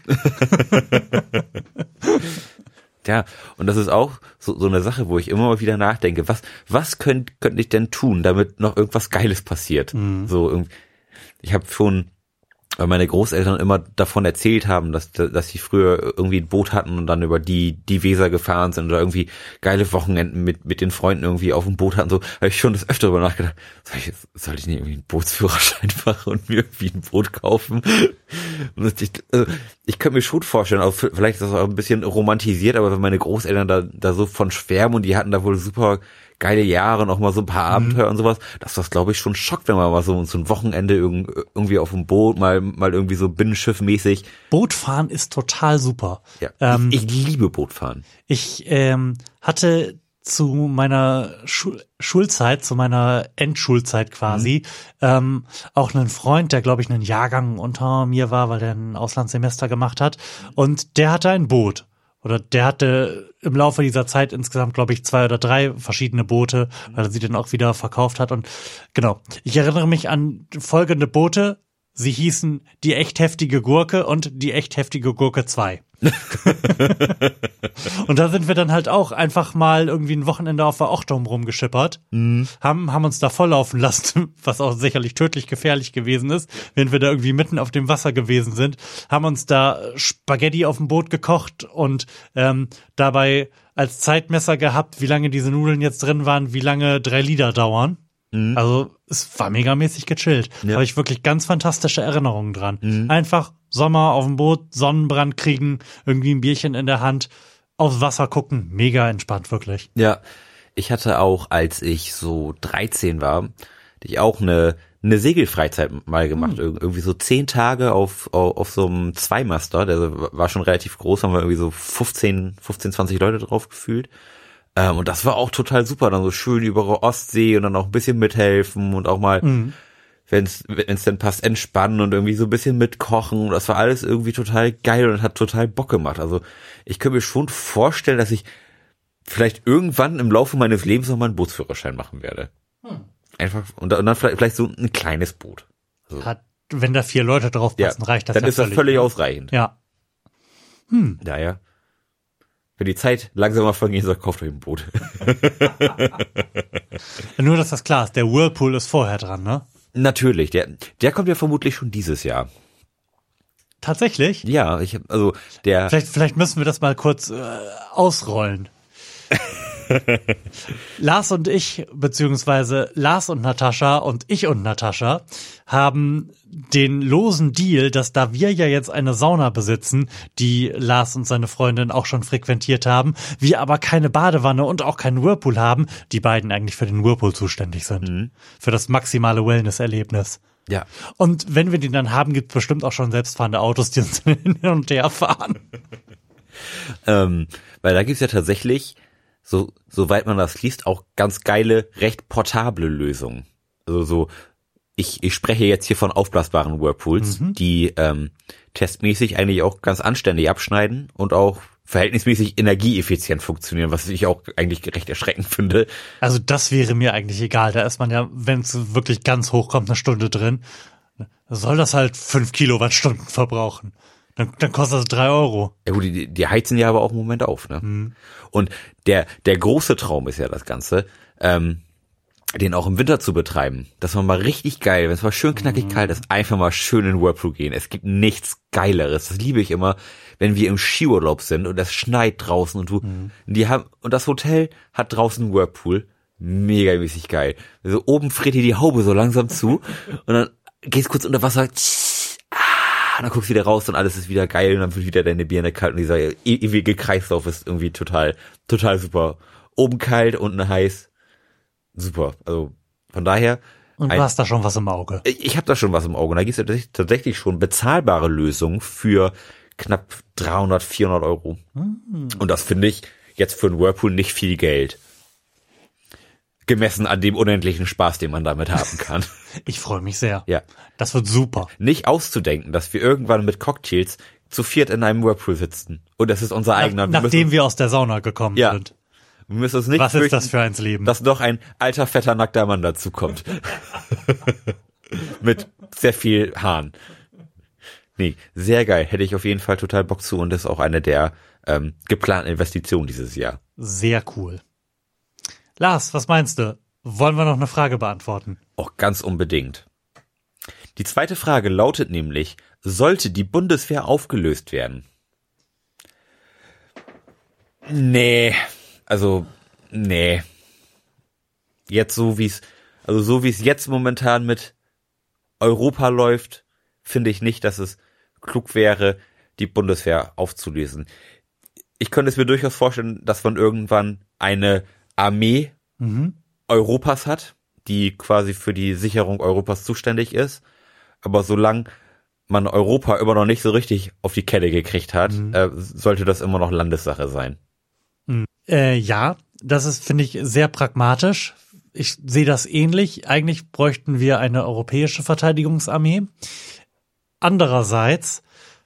A: Ja, und das ist auch so, so eine Sache, wo ich immer mal wieder nachdenke, was, was könnte könnt ich denn tun, damit noch irgendwas Geiles passiert? Mhm. So irgendwie, ich habe schon, weil meine Großeltern immer davon erzählt haben, dass dass sie früher irgendwie ein Boot hatten und dann über die die Weser gefahren sind oder irgendwie geile Wochenenden mit mit den Freunden irgendwie auf dem Boot hatten, so habe ich schon das öfter darüber nachgedacht, soll ich, soll ich nicht irgendwie einen Bootsführerschein machen und mir irgendwie ein Boot kaufen? Und ich, also ich könnte mir schon vorstellen, auch vielleicht ist das auch ein bisschen romantisiert, aber wenn meine Großeltern da da so von schwärmen und die hatten da wohl super geile Jahre und auch mal so ein paar Abenteuer mhm. und sowas, dass das, glaube ich, schon schockt, wenn man mal so, so ein Wochenende irgendwie auf dem Boot, mal mal irgendwie so Binnenschiffmäßig.
B: Bootfahren ist total super.
A: Ja, ähm, ich, ich liebe Bootfahren.
B: Ich ähm, hatte zu meiner Schu- Schulzeit, zu meiner Endschulzeit quasi, mhm. ähm, auch einen Freund, der, glaube ich, einen Jahrgang unter mir war, weil der ein Auslandssemester gemacht hat. Und der hatte ein Boot. oder der hatte im Laufe dieser Zeit insgesamt, glaube ich, zwei oder drei verschiedene Boote, weil er sie dann auch wieder verkauft hat. Und genau, ich erinnere mich an folgende Boote. Sie hießen die echt heftige Gurke und die echt heftige Gurke zwei. Und da sind wir dann halt auch einfach mal irgendwie ein Wochenende auf der Ochtum rumgeschippert, mhm. haben, haben uns da volllaufen lassen, was auch sicherlich tödlich gefährlich gewesen ist, wenn wir da irgendwie mitten auf dem Wasser gewesen sind, haben uns da Spaghetti auf dem Boot gekocht und ähm, dabei als Zeitmesser gehabt, wie lange diese Nudeln jetzt drin waren, wie lange drei Lieder dauern. Mhm. Also es war megamäßig gechillt. Ja. Da habe ich wirklich ganz fantastische Erinnerungen dran. Mhm. Einfach Sommer auf dem Boot, Sonnenbrand kriegen, irgendwie ein Bierchen in der Hand, aufs Wasser gucken, mega entspannt, wirklich.
A: Ja, ich hatte auch, als ich so dreizehn war, hatte ich auch eine eine Segelfreizeit mal gemacht. Mhm. Irgendwie so zehn Tage auf, auf, auf so einem Zweimaster, der war schon relativ groß, haben wir irgendwie so fünfzehn, zwanzig Leute drauf gefühlt. Ähm, und das war auch total super, dann so schön über Ostsee und dann auch ein bisschen mithelfen und auch mal, mhm. wenn es wenn es denn passt, entspannen und irgendwie so ein bisschen mitkochen. Und das war alles irgendwie total geil und hat total Bock gemacht. Also ich könnte mir schon vorstellen, dass ich vielleicht irgendwann im Laufe meines Lebens noch mal einen Bootsführerschein machen werde. Hm. Einfach, und, und dann vielleicht, vielleicht so ein kleines Boot. Also,
B: hat, wenn da vier Leute drauf passen, ja, reicht das
A: dann
B: ja
A: ist das völlig ausreichend.
B: Ja.
A: Hm. Daher. Wenn die Zeit langsamer vergeht, sagt, kauft euch ein Boot.
B: Nur, dass das klar ist, der Whirlpool ist vorher dran, ne?
A: Natürlich, der, der kommt ja vermutlich schon dieses Jahr.
B: Tatsächlich?
A: Ja, ich also der.
B: Vielleicht, vielleicht müssen wir das mal kurz äh, ausrollen. Lars und ich, beziehungsweise Lars und Natascha und ich und Natascha haben den losen Deal, dass da wir ja jetzt eine Sauna besitzen, die Lars und seine Freundin auch schon frequentiert haben, wir aber keine Badewanne und auch keinen Whirlpool haben, die beiden eigentlich für den Whirlpool zuständig sind. Mhm. Für das maximale Wellness-Erlebnis.
A: Ja.
B: Und wenn wir den dann haben, gibt es bestimmt auch schon selbstfahrende Autos, die uns hin und her fahren.
A: ähm, weil da gibt's ja tatsächlich, so soweit man das liest, auch ganz geile, recht portable Lösungen. Also so, ich ich spreche jetzt hier von aufblasbaren Whirlpools, mhm. die ähm, testmäßig eigentlich auch ganz anständig abschneiden und auch verhältnismäßig energieeffizient funktionieren, was ich auch eigentlich recht erschreckend finde.
B: Also das wäre mir eigentlich egal. Da ist man ja, wenn es wirklich ganz hoch kommt, eine Stunde drin. Soll das halt fünf Kilowattstunden verbrauchen. Dann, dann kostet das drei Euro.
A: Ja gut, die, die heizen ja aber auch im Moment auf, ne? Mhm. Und der der große Traum ist ja das Ganze, ähm, den auch im Winter zu betreiben. Das war mal richtig geil, wenn es mal schön knackig mhm. kalt ist, einfach mal schön in Whirlpool gehen. Es gibt nichts Geileres. Das liebe ich immer, wenn wir im Skiurlaub sind und es schneit draußen und du, mhm. die haben, und das Hotel hat draußen einen Whirlpool. Megamäßig geil. Also oben friert dir die Haube so langsam zu und dann gehst kurz unter Wasser, ah, dann guckst du wieder raus und alles ist wieder geil und dann wird wieder deine Birne kalt und dieser e- ewige Kreislauf ist irgendwie total, total super. Oben kalt, unten heiß. Super. Also von daher.
B: Und du ein, hast da schon was im Auge.
A: Ich habe da schon was im Auge. Und da gibt es tatsächlich schon bezahlbare Lösungen für knapp dreihundert, vierhundert Euro. Mhm. Und das finde ich jetzt für einen Whirlpool nicht viel Geld. Gemessen an dem unendlichen Spaß, den man damit haben kann.
B: Ich freue mich sehr.
A: Ja.
B: Das wird super.
A: Nicht auszudenken, dass wir irgendwann mit Cocktails zu viert in einem Whirlpool sitzen. Und das ist unser Nach, eigener.
B: Wir nachdem müssen, wir aus der Sauna gekommen
A: ja,
B: sind.
A: Wir müssen uns nicht
B: Was ist das für eins Leben?
A: Dass noch ein alter, fetter, nackter Mann dazu kommt. Mit sehr viel Haaren. Nee, sehr geil. Hätte ich auf jeden Fall total Bock zu und das ist auch eine der ähm, geplanten Investitionen dieses Jahr.
B: Sehr cool. Lars, was meinst du? Wollen wir noch eine Frage beantworten?
A: Auch ganz unbedingt. Die zweite Frage lautet nämlich, sollte die Bundeswehr aufgelöst werden? Nee, also, nee. Jetzt so wie es, also so wie es jetzt momentan mit Europa läuft, finde ich nicht, dass es klug wäre, die Bundeswehr aufzulösen. Ich könnte es mir durchaus vorstellen, dass man irgendwann eine Armee mhm. Europas hat, die quasi für die Sicherung Europas zuständig ist. Aber solange man Europa immer noch nicht so richtig auf die Kette gekriegt hat, mhm. äh, sollte das immer noch Landessache sein.
B: Mhm. Äh, ja, das ist, finde ich, sehr pragmatisch. Ich sehe das ähnlich. Eigentlich bräuchten wir eine europäische Verteidigungsarmee. Andererseits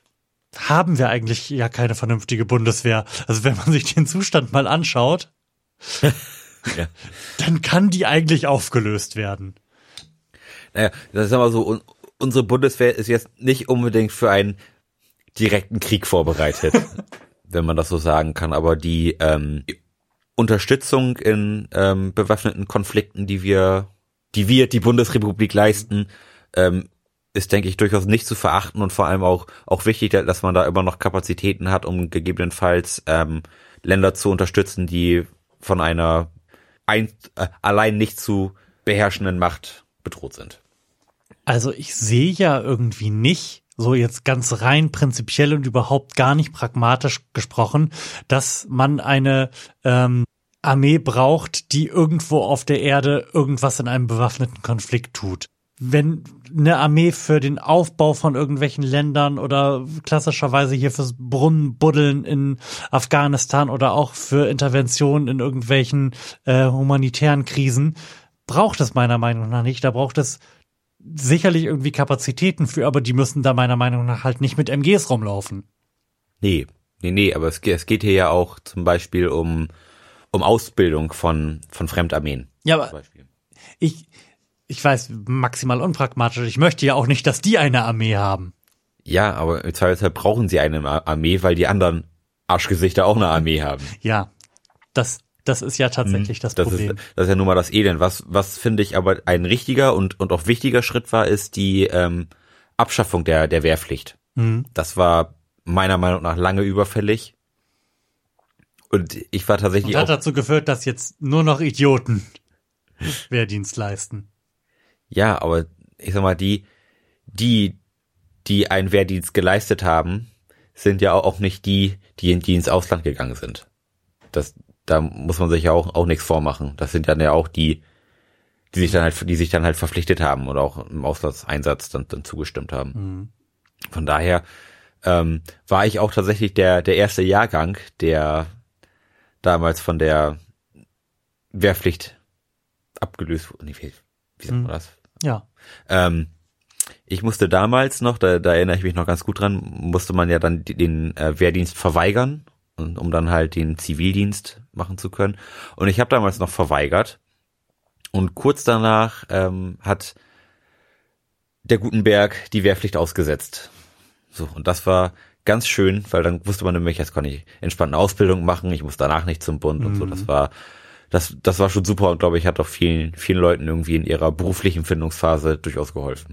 B: haben wir eigentlich ja keine vernünftige Bundeswehr. Also wenn man sich den Zustand mal anschaut, ja. dann kann die eigentlich aufgelöst werden.
A: Naja, das ist aber so, un- unsere Bundeswehr ist jetzt nicht unbedingt für einen direkten Krieg vorbereitet, wenn man das so sagen kann, aber die, ähm, die Unterstützung in ähm, bewaffneten Konflikten, die wir, die wir, die Bundesrepublik leisten, ähm, ist, denke ich, durchaus nicht zu verachten und vor allem auch auch wichtig, dass man da immer noch Kapazitäten hat, um gegebenenfalls ähm, Länder zu unterstützen, die von einer ein, äh, allein nicht zu beherrschenden Macht bedroht sind.
B: Also ich sehe ja irgendwie nicht, so jetzt ganz rein prinzipiell und überhaupt gar nicht pragmatisch gesprochen, dass man eine ähm, Armee braucht, die irgendwo auf der Erde irgendwas in einem bewaffneten Konflikt tut. Wenn eine Armee für den Aufbau von irgendwelchen Ländern oder klassischerweise hier fürs Brunnenbuddeln in Afghanistan oder auch für Interventionen in irgendwelchen äh, humanitären Krisen, braucht es meiner Meinung nach nicht. Da braucht es sicherlich irgendwie Kapazitäten für, aber die müssen da meiner Meinung nach halt nicht mit M Gs rumlaufen.
A: Nee, nee, nee, aber es, es geht hier ja auch zum Beispiel um, um Ausbildung von, von Fremdarmeen.
B: Ja, aber ich, ich weiß, maximal unpragmatisch. Ich möchte ja auch nicht, dass die eine Armee haben.
A: Ja, aber im Zweifelsfall brauchen sie eine Armee, weil die anderen Arschgesichter auch eine Armee haben.
B: Ja, das Das ist ja tatsächlich das,
A: das
B: Problem.
A: Ist, das ist ja nun mal das Elend. Was, was finde ich aber ein richtiger und, und auch wichtiger Schritt war, ist die ähm, Abschaffung der, der Wehrpflicht.
B: Mhm.
A: Das war meiner Meinung nach lange überfällig. Und ich war tatsächlich
B: und hat
A: auch,
B: dazu geführt, dass jetzt nur noch Idioten Wehrdienst leisten.
A: Ja, aber ich sag mal, die, die, die einen Wehrdienst geleistet haben, sind ja auch nicht die, die, die ins Ausland gegangen sind. Das, da muss man sich ja auch, auch nichts vormachen. Das sind dann ja auch die, die sich dann halt, die sich dann halt verpflichtet haben oder auch im Auslandseinsatz dann, dann zugestimmt haben.
B: Mhm.
A: Von daher, ähm, war ich auch tatsächlich der, der erste Jahrgang, der damals von der Wehrpflicht abgelöst wurde. Wie, wie sagt man das?
B: Ja.
A: Ähm, ich musste damals noch, da, da erinnere ich mich noch ganz gut dran, musste man ja dann den äh, Wehrdienst verweigern, um dann halt den Zivildienst machen zu können. Und ich habe damals noch verweigert. Und kurz danach ähm, hat der Gutenberg die Wehrpflicht ausgesetzt. So, und das war ganz schön, weil dann wusste man nämlich, jetzt kann ich entspannt eine Ausbildung machen, ich muss danach nicht zum Bund mhm. und so. Das war Das, das war schon super und glaube ich, hat auch vielen, vielen Leuten irgendwie in ihrer beruflichen Findungsphase durchaus geholfen.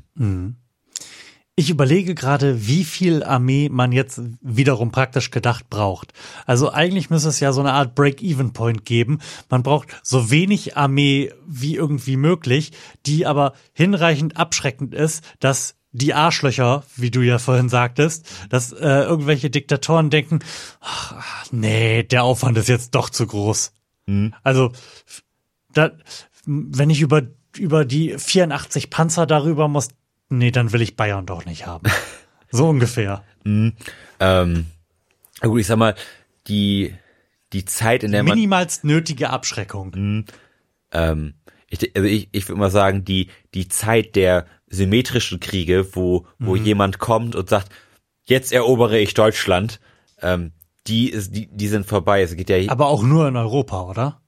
B: Ich überlege gerade, wie viel Armee man jetzt wiederum praktisch gedacht braucht. Also eigentlich müsste es ja so eine Art Break-Even-Point geben. Man braucht so wenig Armee wie irgendwie möglich, die aber hinreichend abschreckend ist, dass die Arschlöcher, wie du ja vorhin sagtest, dass äh, irgendwelche Diktatoren denken, ach, nee, der Aufwand ist jetzt doch zu groß. Also, da, wenn ich über, über die vierundachtzig Panzer darüber muss, nee, dann will ich Bayern doch nicht haben. So ungefähr.
A: Mhm. Ähm, gut, ich sag mal, die, die Zeit, in der man...
B: Minimalst nötige Abschreckung.
A: Mh, ähm, ich, also ich, ich würde mal sagen, die, die Zeit der symmetrischen Kriege, wo, wo mhm. jemand kommt und sagt, jetzt erobere ich Deutschland, ähm, Die ist, die, die sind vorbei. Es geht ja.
B: Aber auch nur in Europa, oder?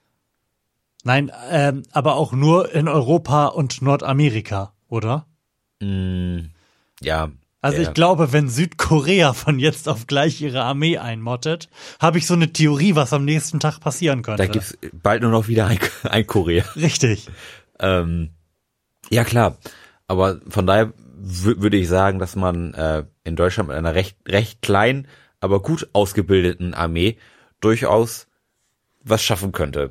B: Nein, ähm, aber auch nur in Europa und Nordamerika, oder?
A: Mm, ja.
B: Also
A: ja.
B: ich glaube, wenn Südkorea von jetzt auf gleich ihre Armee einmottet, habe ich so eine Theorie, was am nächsten Tag passieren könnte.
A: Da gibt's bald nur noch wieder ein, ein Korea.
B: Richtig.
A: Ähm, ja klar. Aber von daher w- würde ich sagen, dass man äh, in Deutschland mit einer recht recht kleinen aber gut ausgebildeten Armee durchaus was schaffen könnte.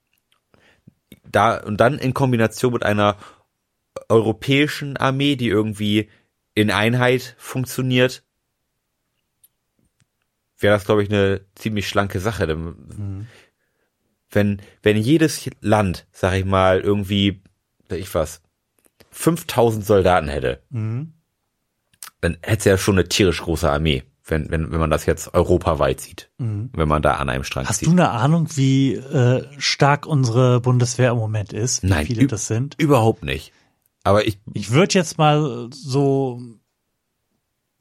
A: Da, und dann in Kombination mit einer europäischen Armee, die irgendwie in Einheit funktioniert, wäre das, glaube ich, eine ziemlich schlanke Sache. Denn mhm. Wenn, wenn jedes Land, sag ich mal, irgendwie, ich was, fünftausend Soldaten hätte, mhm. dann hätte es ja schon eine tierisch große Armee. Wenn, wenn, wenn man das jetzt europaweit sieht, mhm. wenn man da an einem Strang
B: Hast
A: zieht.
B: Hast du eine Ahnung, wie äh, stark unsere Bundeswehr im Moment ist? Wie
A: Nein,
B: viele
A: üb-
B: das sind?
A: Überhaupt nicht. Aber ich
B: Ich würde jetzt mal so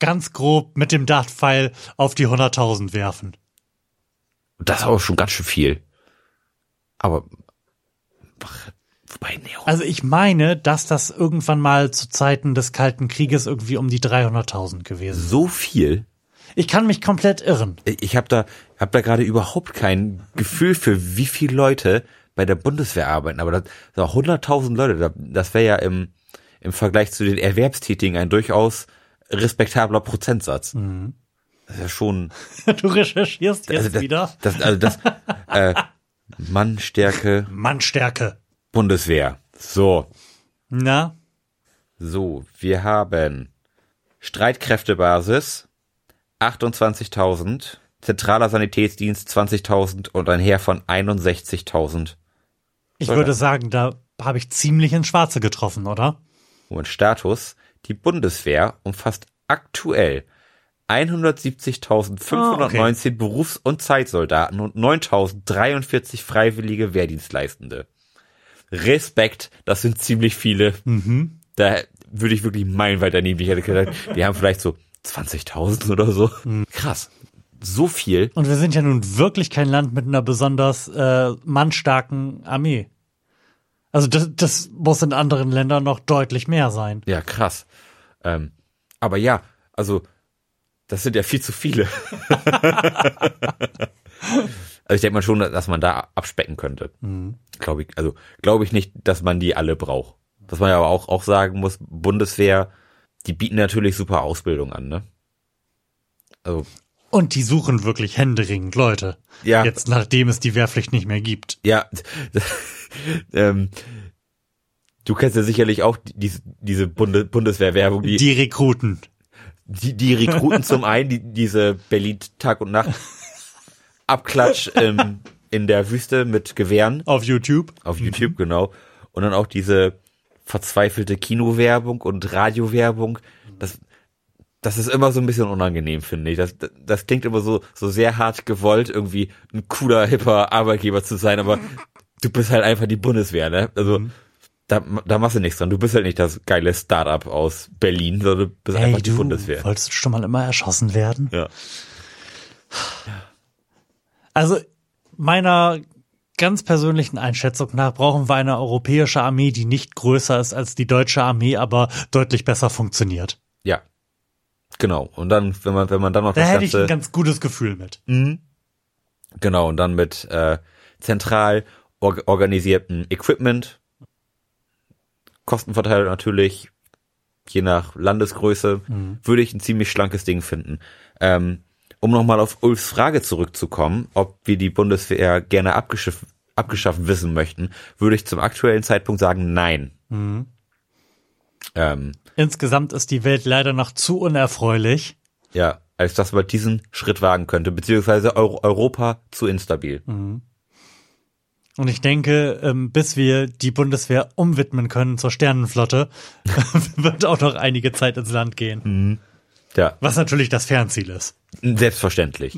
B: ganz grob mit dem Dartpfeil auf die hunderttausend werfen.
A: Das ist auch schon ganz schön viel. Aber, wobei, nee.
B: Also ich meine, dass das irgendwann mal zu Zeiten des Kalten Krieges irgendwie um die dreihunderttausend gewesen ist.
A: So viel?
B: Ich kann mich komplett irren.
A: Ich habe da, hab da gerade überhaupt kein Gefühl für, wie viele Leute bei der Bundeswehr arbeiten. Aber das, so hunderttausend Leute, das wäre ja im, im Vergleich zu den Erwerbstätigen ein durchaus respektabler Prozentsatz. Mhm. Das ist ja schon...
B: Du recherchierst jetzt
A: also das,
B: wieder.
A: Das, also das, äh, Mannstärke.
B: Mannstärke.
A: Bundeswehr. So.
B: Na?
A: So, wir haben Streitkräftebasis achtundzwanzigtausend, zentraler Sanitätsdienst zwanzigtausend und ein Heer von einundsechzigtausend.
B: Ich würde sagen, da habe ich ziemlich ins Schwarze getroffen, oder?
A: Und Status, die Bundeswehr umfasst aktuell hundertsiebzigtausendfünfhundertneunzehn
B: Ah, okay.
A: Berufs- und Zeitsoldaten und neuntausenddreiundvierzig freiwillige Wehrdienstleistende. Respekt, das sind ziemlich viele.
B: Mhm.
A: Da würde ich wirklich meilenweit daneben. Ich hätte gedacht, wir haben vielleicht so zwanzigtausend oder so. Mhm. Krass. So viel.
B: Und wir sind ja nun wirklich kein Land mit einer besonders äh, mannstarken Armee. Also das, das muss in anderen Ländern noch deutlich mehr sein.
A: Ja, krass. Ähm, aber ja, also das sind ja viel zu viele. Also ich denke mal schon, dass man da abspecken könnte. Mhm. Glaube ich, also glaube ich nicht, dass man die alle braucht. Was man ja aber auch, auch sagen muss, Bundeswehr, die bieten natürlich super Ausbildung an, ne? Also.
B: Und die suchen wirklich händeringend Leute.
A: Ja.
B: Jetzt, nachdem es die Wehrpflicht nicht mehr gibt.
A: Ja. ähm, du kennst ja sicherlich auch die, diese Bunde, Bundeswehr-Werbung. Die,
B: die Rekruten.
A: Die, die Rekruten zum einen, die, diese Berlin Tag und Nacht Abklatsch ähm, in der Wüste mit Gewehren.
B: Auf YouTube.
A: Auf YouTube, mhm. Genau. Und dann auch diese verzweifelte Kinowerbung und Radiowerbung. Das, das ist immer so ein bisschen unangenehm, finde ich. Das, das, das klingt immer so, so sehr hart gewollt, irgendwie ein cooler, hipper Arbeitgeber zu sein, aber du bist halt einfach die Bundeswehr, ne? Also, mhm. da, da machst du nichts dran. Du bist halt nicht das geile Start-up aus Berlin, sondern du bist
B: hey,
A: einfach die
B: du,
A: Bundeswehr.
B: Wolltest du schon mal immer erschossen werden?
A: Ja.
B: Also, meiner ganz persönlichen Einschätzung nach brauchen wir eine europäische Armee, die nicht größer ist als die deutsche Armee, aber deutlich besser funktioniert.
A: Ja, genau. Und dann, wenn man, wenn man dann noch
B: da
A: das
B: hätte
A: Ganze,
B: ich ein ganz gutes Gefühl mit.
A: Mhm. Genau. Und dann mit äh, zentral or- organisiertem Equipment, Kostenverteilung natürlich, je nach Landesgröße, mhm. würde ich ein ziemlich schlankes Ding finden. Ähm, Um nochmal auf Ulfs Frage zurückzukommen, ob wir die Bundeswehr gerne abgeschafft, abgeschafft wissen möchten, würde ich zum aktuellen Zeitpunkt sagen, nein.
B: Mhm.
A: Ähm,
B: Insgesamt ist die Welt leider noch zu unerfreulich.
A: Ja, als dass man diesen Schritt wagen könnte, beziehungsweise Euro- Europa zu instabil.
B: Mhm. Und ich denke, bis wir die Bundeswehr umwidmen können zur Sternenflotte, wird auch noch einige Zeit ins Land gehen.
A: Mhm. Ja.
B: Was natürlich das Fernziel ist.
A: Selbstverständlich.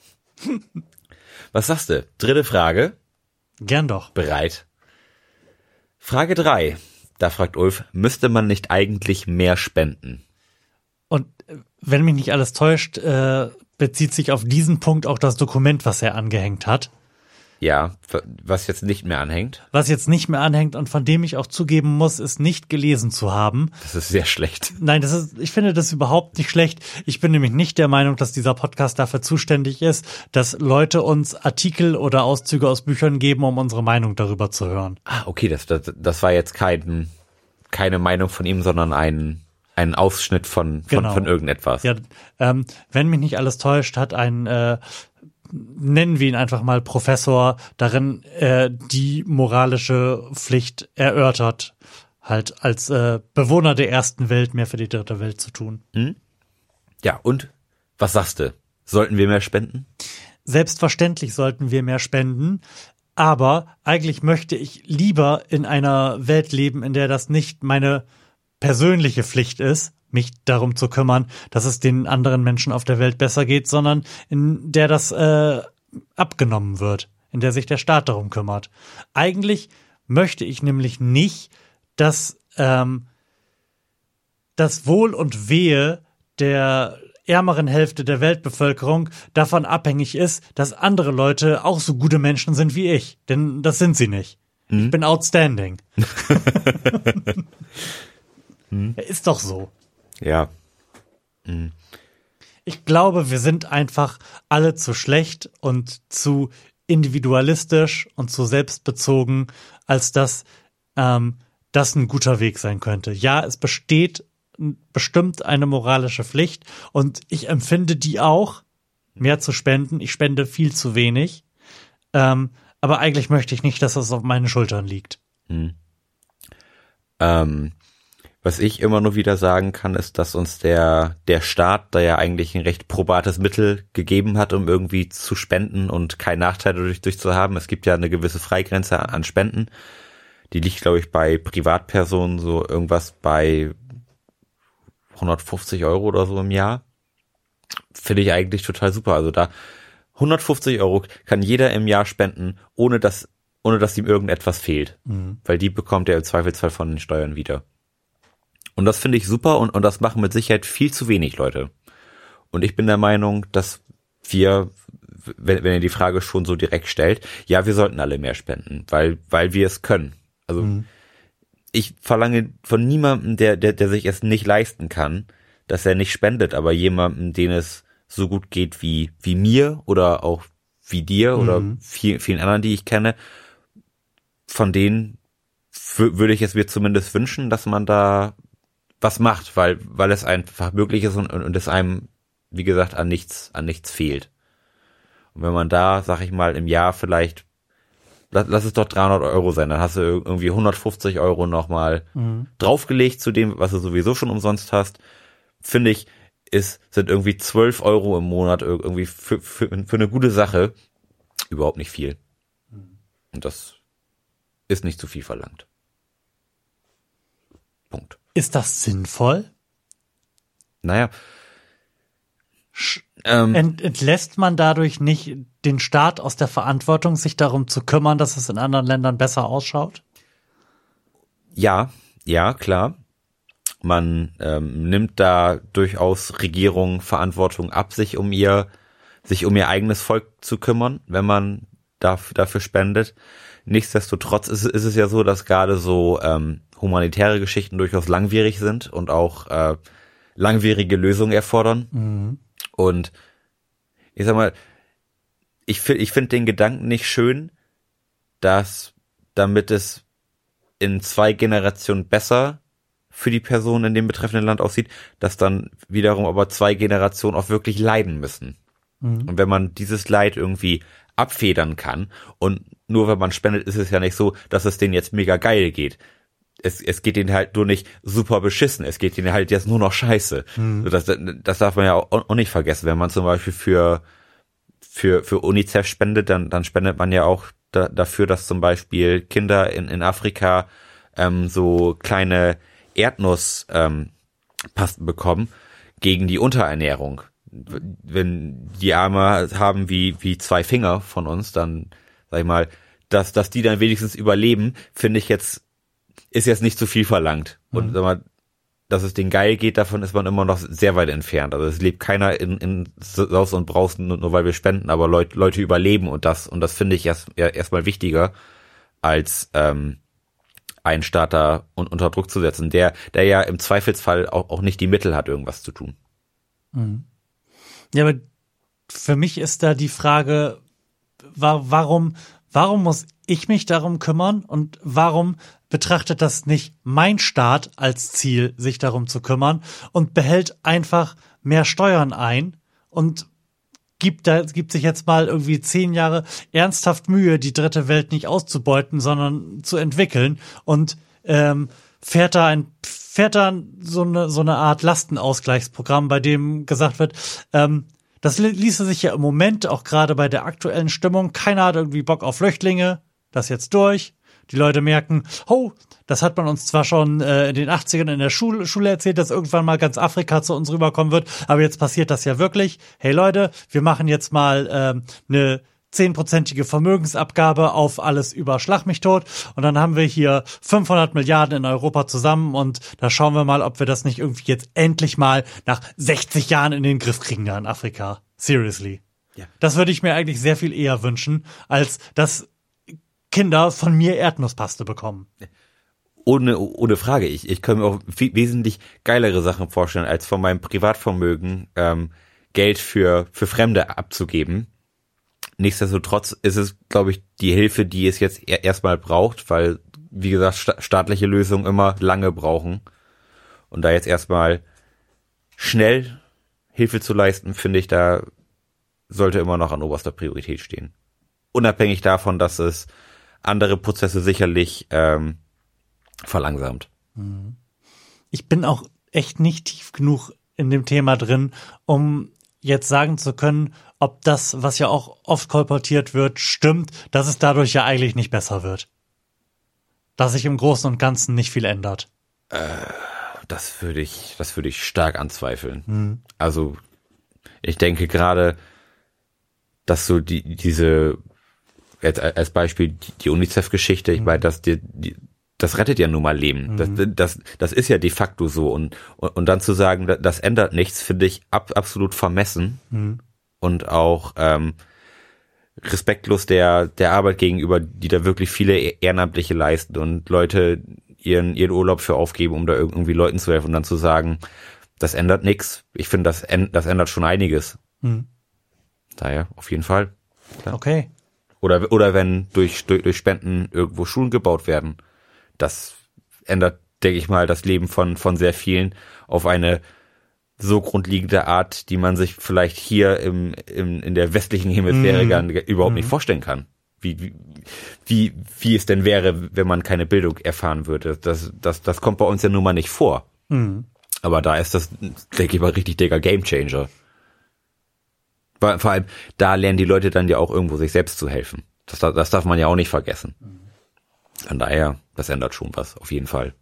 A: Was sagst du? Dritte Frage.
B: Gern doch.
A: Bereit. Frage drei. Da fragt Ulf, müsste man nicht eigentlich mehr spenden?
B: Und wenn mich nicht alles täuscht, äh, bezieht sich auf diesen Punkt auch das Dokument, was er angehängt hat.
A: Ja, was jetzt nicht mehr anhängt.
B: Was jetzt nicht mehr anhängt und von dem ich auch zugeben muss, es nicht gelesen zu haben.
A: Das ist sehr schlecht.
B: Nein, das ist, ich finde das überhaupt nicht schlecht. Ich bin nämlich nicht der Meinung, dass dieser Podcast dafür zuständig ist, dass Leute uns Artikel oder Auszüge aus Büchern geben, um unsere Meinung darüber zu hören.
A: Ah, okay, das, das, das war jetzt kein, keine Meinung von ihm, sondern ein, ein Ausschnitt von, von,
B: genau.
A: von irgendetwas.
B: Ja, ähm, wenn mich nicht alles täuscht, hat ein äh, nennen wir ihn einfach mal Professor, darin äh, die moralische Pflicht erörtert, halt als äh, Bewohner der ersten Welt mehr für die dritte Welt zu tun.
A: Hm? Ja, und was sagst du? Sollten wir mehr spenden?
B: Selbstverständlich sollten wir mehr spenden, aber eigentlich möchte ich lieber in einer Welt leben, in der das nicht meine persönliche Pflicht ist, mich darum zu kümmern, dass es den anderen Menschen auf der Welt besser geht, sondern in der das äh, abgenommen wird, in der sich der Staat darum kümmert. Eigentlich möchte ich nämlich nicht, dass ähm, das Wohl und Wehe der ärmeren Hälfte der Weltbevölkerung davon abhängig ist, dass andere Leute auch so gute Menschen sind wie ich. Denn das sind sie nicht. Mhm. Ich bin outstanding. mhm. Ist doch so.
A: Ja. Mhm.
B: Ich glaube, wir sind einfach alle zu schlecht und zu individualistisch und zu selbstbezogen, als dass ähm, das ein guter Weg sein könnte. Ja, es besteht bestimmt eine moralische Pflicht und ich empfinde die auch, mehr zu spenden. Ich spende viel zu wenig, ähm, aber eigentlich möchte ich nicht, dass das auf meinen Schultern liegt.
A: Hm. Ähm, was ich immer nur wieder sagen kann, ist, dass uns der der Staat da ja eigentlich ein recht probates Mittel gegeben hat, um irgendwie zu spenden und keinen Nachteil dadurch durch zu haben. Es gibt ja eine gewisse Freigrenze an Spenden. Die liegt, glaube ich, bei Privatpersonen so irgendwas bei hundertfünfzig Euro oder so im Jahr. Finde ich eigentlich total super. Also da hundertfünfzig Euro kann jeder im Jahr spenden, ohne dass ohne dass ihm irgendetwas fehlt. Mhm. Weil die bekommt er im Zweifelsfall von den Steuern wieder. Und das finde ich super und, und das machen mit Sicherheit viel zu wenig Leute. Und ich bin der Meinung, dass wir, wenn, wenn ihr die Frage schon so direkt stellt, ja, wir sollten alle mehr spenden, weil weil wir es können. Also mhm. ich verlange von niemandem, der, der, der sich es nicht leisten kann, dass er nicht spendet, aber jemandem, den es so gut geht wie, wie mir oder auch wie dir mhm. oder viel, vielen anderen, die ich kenne, von denen w- würde ich es mir zumindest wünschen, dass man da was macht, weil, weil es einfach möglich ist und, und es einem, wie gesagt, an nichts, an nichts fehlt. Und wenn man da, sag ich mal, im Jahr vielleicht Lass, lass es doch dreihundert Euro sein, dann hast du irgendwie hundertfünfzig Euro nochmal mhm. draufgelegt zu dem, was du sowieso schon umsonst hast. Finde ich, ist, sind irgendwie zwölf Euro im Monat irgendwie für, für, für eine gute Sache überhaupt nicht viel. Und das ist nicht zu viel verlangt. Punkt.
B: Ist das sinnvoll?
A: Naja.
B: Ähm, Ent, entlässt man dadurch nicht den Staat aus der Verantwortung, sich darum zu kümmern, dass es in anderen Ländern besser ausschaut?
A: Ja, ja, klar. Man ähm, nimmt da durchaus Regierungen Verantwortung ab, sich um ihr, sich um ihr eigenes Volk zu kümmern, wenn man dafür, dafür spendet. Nichtsdestotrotz ist, ist es ja so, dass gerade so ähm, humanitäre Geschichten durchaus langwierig sind und auch äh, langwierige Lösungen erfordern. Mhm. Und ich sag mal, ich finde ich finde den Gedanken nicht schön, dass damit es in zwei Generationen besser für die Person in dem betreffenden Land aussieht, dass dann wiederum aber zwei Generationen auch wirklich leiden müssen. Mhm. Und wenn man dieses Leid irgendwie abfedern kann und nur wenn man spendet, ist es ja nicht so, dass es denen jetzt mega geil geht. Es, es geht ihnen halt nur nicht super beschissen, es geht ihnen halt jetzt nur noch scheiße. Mhm. Das, das darf man ja auch, auch nicht vergessen. Wenn man zum Beispiel für für für UNICEF spendet, dann dann spendet man ja auch da, dafür, dass zum Beispiel Kinder in in Afrika ähm, so kleine Erdnusspasten ähm, Pasten bekommen gegen die Unterernährung. Wenn die Arme haben wie wie zwei Finger von uns, dann sag ich mal, dass dass die dann wenigstens überleben, finde ich jetzt ist jetzt nicht zu viel verlangt. Und mhm. sag mal, dass es denen geil geht, davon ist man immer noch sehr weit entfernt. Also es lebt keiner in, in Saus und Braus, nur, nur weil wir spenden, aber Leute, Leute überleben und das, und das finde ich erst ja, erstmal wichtiger, als ähm, einen Staat da un, unter Druck zu setzen, der, der ja im Zweifelsfall auch, auch nicht die Mittel hat, irgendwas zu tun.
B: Mhm. Ja, aber für mich ist da die Frage, wa- warum, warum muss ich mich darum kümmern und warum betrachtet das nicht mein Staat als Ziel, sich darum zu kümmern und behält einfach mehr Steuern ein und gibt da, gibt sich jetzt mal irgendwie zehn Jahre ernsthaft Mühe, die dritte Welt nicht auszubeuten, sondern zu entwickeln und ähm, fährt da ein fährt da so eine so eine Art Lastenausgleichsprogramm, bei dem gesagt wird, ähm, das ließe sich ja im Moment auch gerade bei der aktuellen Stimmung, keiner hat irgendwie Bock auf Flüchtlinge, das jetzt durch. Die Leute merken, oh, das hat man uns zwar schon äh, in den achtzigern in der Schule, Schule erzählt, dass irgendwann mal ganz Afrika zu uns rüberkommen wird, aber jetzt passiert das ja wirklich. Hey Leute, wir machen jetzt mal ähm, eine zehnprozentige Vermögensabgabe auf alles über Schlag mich tot und dann haben wir hier fünfhundert Milliarden in Europa zusammen und da schauen wir mal, ob wir das nicht irgendwie jetzt endlich mal nach sechzig Jahren in den Griff kriegen da in Afrika. Seriously.
A: Ja.
B: Das würde ich mir eigentlich sehr viel eher wünschen, als dass Kinder von mir Erdnusspaste bekommen.
A: Ohne, ohne Frage. Ich, ich kann mir auch viel, wesentlich geilere Sachen vorstellen, als von meinem Privatvermögen ähm, Geld für, für Fremde abzugeben. Nichtsdestotrotz ist es, glaube ich, die Hilfe, die es jetzt er, erstmal braucht, weil, wie gesagt, sta- staatliche Lösungen immer lange brauchen. Und da jetzt erstmal schnell Hilfe zu leisten, finde ich, da sollte immer noch an oberster Priorität stehen. Unabhängig davon, dass es andere Prozesse sicherlich ähm, verlangsamt.
B: Ich bin auch echt nicht tief genug in dem Thema drin, um jetzt sagen zu können, ob das, was ja auch oft kolportiert wird, stimmt, dass es dadurch ja eigentlich nicht besser wird. Dass sich im Großen und Ganzen nicht viel ändert.
A: Äh, das würde ich, das würde ich stark anzweifeln.
B: Hm.
A: Also ich denke gerade, dass so die diese jetzt als Beispiel die, die UNICEF-Geschichte, ich meine, dass die, die das rettet ja nun mal Leben.
B: Mhm.
A: Das, das, das ist ja de facto so. Und, und, und dann zu sagen, das, das ändert nichts, finde ich ab, absolut vermessen
B: Mhm.
A: und auch ähm, respektlos der, der Arbeit gegenüber, die da wirklich viele Ehrenamtliche leisten und Leute ihren, ihren Urlaub für aufgeben, um da irgendwie Leuten zu helfen und dann zu sagen, das ändert nichts. Ich finde, das, das ändert schon einiges.
B: Mhm.
A: Daher auf jeden Fall. Klar.
B: Okay.
A: Oder, oder wenn durch, durch, durch Spenden irgendwo Schulen gebaut werden. Das ändert, denke ich mal, das Leben von, von sehr vielen auf eine so grundlegende Art, die man sich vielleicht hier im, im, in der westlichen Hemisphäre
B: Mhm.
A: gar überhaupt
B: Mhm.
A: nicht vorstellen kann. Wie, wie, wie, wie es denn wäre, wenn man keine Bildung erfahren würde. Das, das, das kommt bei uns ja nun mal nicht vor.
B: Mhm.
A: Aber da ist das, denke ich mal, richtig dicker Gamechanger. Vor allem, da lernen die Leute dann ja auch irgendwo sich selbst zu helfen. Das, das darf man ja auch nicht vergessen. Von daher, das ändert schon was, auf jeden Fall.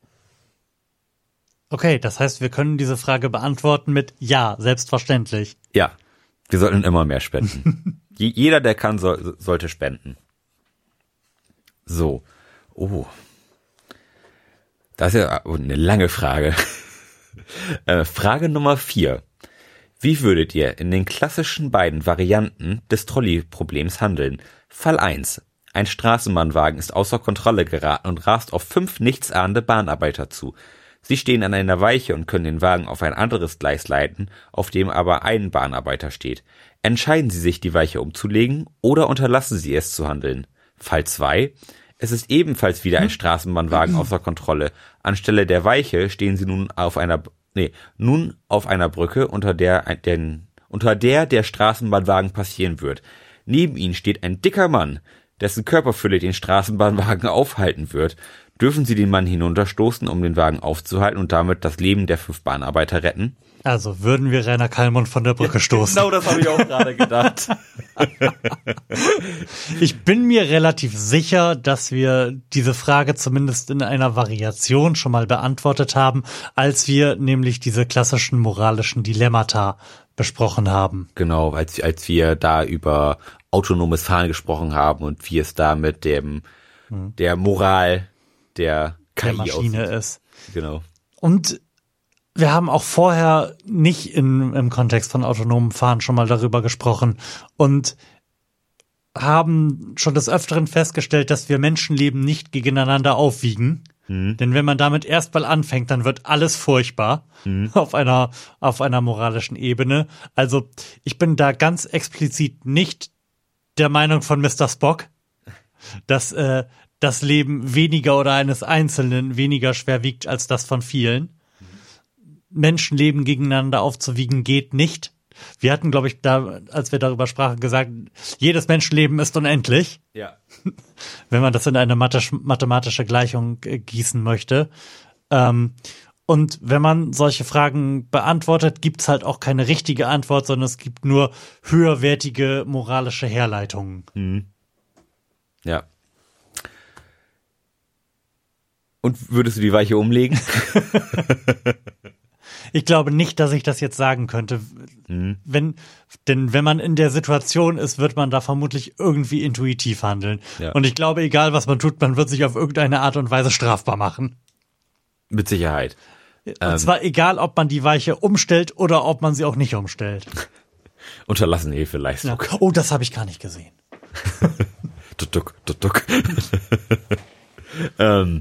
B: Okay, das heißt, wir können diese Frage beantworten mit Ja, selbstverständlich.
A: Ja, wir sollten immer mehr spenden. Je, jeder, der kann, soll, sollte spenden. So. Oh. Das ist ja eine lange Frage. äh, Frage Nummer vier. Wie würdet ihr in den klassischen beiden Varianten des Trolley-Problems handeln? Fall eins. Ein Straßenbahnwagen ist außer Kontrolle geraten und rast auf fünf nichtsahnende Bahnarbeiter zu. Sie stehen an einer Weiche und können den Wagen auf ein anderes Gleis leiten, auf dem aber ein Bahnarbeiter steht. Entscheiden Sie sich, die Weiche umzulegen oder unterlassen Sie es zu handeln? Fall zwei. Es ist ebenfalls wieder ein Straßenbahnwagen außer Kontrolle. Anstelle der Weiche stehen Sie nun auf einer, nee, nun auf einer Brücke, unter der, ein- den, unter der der Straßenbahnwagen passieren wird. Neben Ihnen steht ein dicker Mann, dessen Körperfülle den Straßenbahnwagen aufhalten wird. Dürfen Sie den Mann hinunterstoßen, um den Wagen aufzuhalten und damit das Leben der fünf Bahnarbeiter retten?
B: Also würden wir Rainer Kallmund von der Brücke stoßen.
A: Genau, das habe ich auch gerade gedacht.
B: Ich bin mir relativ sicher, dass wir diese Frage zumindest in einer Variation schon mal beantwortet haben, als wir nämlich diese klassischen moralischen Dilemmata besprochen haben.
A: Genau, als, als wir da über autonomes Fahren gesprochen haben und wie es da mit dem, der Moral der K
B: Der
A: I
B: Maschine
A: aussieht.
B: ist.
A: Genau.
B: Und wir haben auch vorher nicht in, im Kontext von autonomem Fahren schon mal darüber gesprochen und haben schon des Öfteren festgestellt, dass wir Menschenleben nicht gegeneinander aufwiegen.
A: Mhm.
B: Denn wenn man damit erstmal anfängt, dann wird alles furchtbar auf einer, auf einer moralischen Ebene. Also ich bin da ganz explizit nicht der Meinung von Mister Spock, dass äh, das Leben weniger oder eines Einzelnen weniger schwer wiegt als das von vielen. Menschenleben gegeneinander aufzuwiegen geht nicht. Wir hatten, glaube ich, da, als wir darüber sprachen, gesagt, jedes Menschenleben ist unendlich,
A: Ja.
B: wenn man das in eine mathe- mathematische Gleichung äh, gießen möchte. Ähm, und wenn man solche Fragen beantwortet, gibt's halt auch keine richtige Antwort, sondern es gibt nur höherwertige moralische Herleitungen.
A: Mhm. Ja. Und würdest du die Weiche umlegen?
B: Ich glaube nicht, dass ich das jetzt sagen könnte. Mhm. Wenn, denn wenn man in der Situation ist, wird man da vermutlich irgendwie intuitiv handeln. Ja. Und ich glaube, egal was man tut, man wird sich auf irgendeine Art und Weise strafbar machen.
A: Mit Sicherheit.
B: Und ähm, zwar egal, ob man die Weiche umstellt oder ob man sie auch nicht umstellt.
A: Unterlassene Hilfeleistung.
B: Ja. Oh, das habe ich gar nicht gesehen.
A: Tutuk, tutuk. ähm,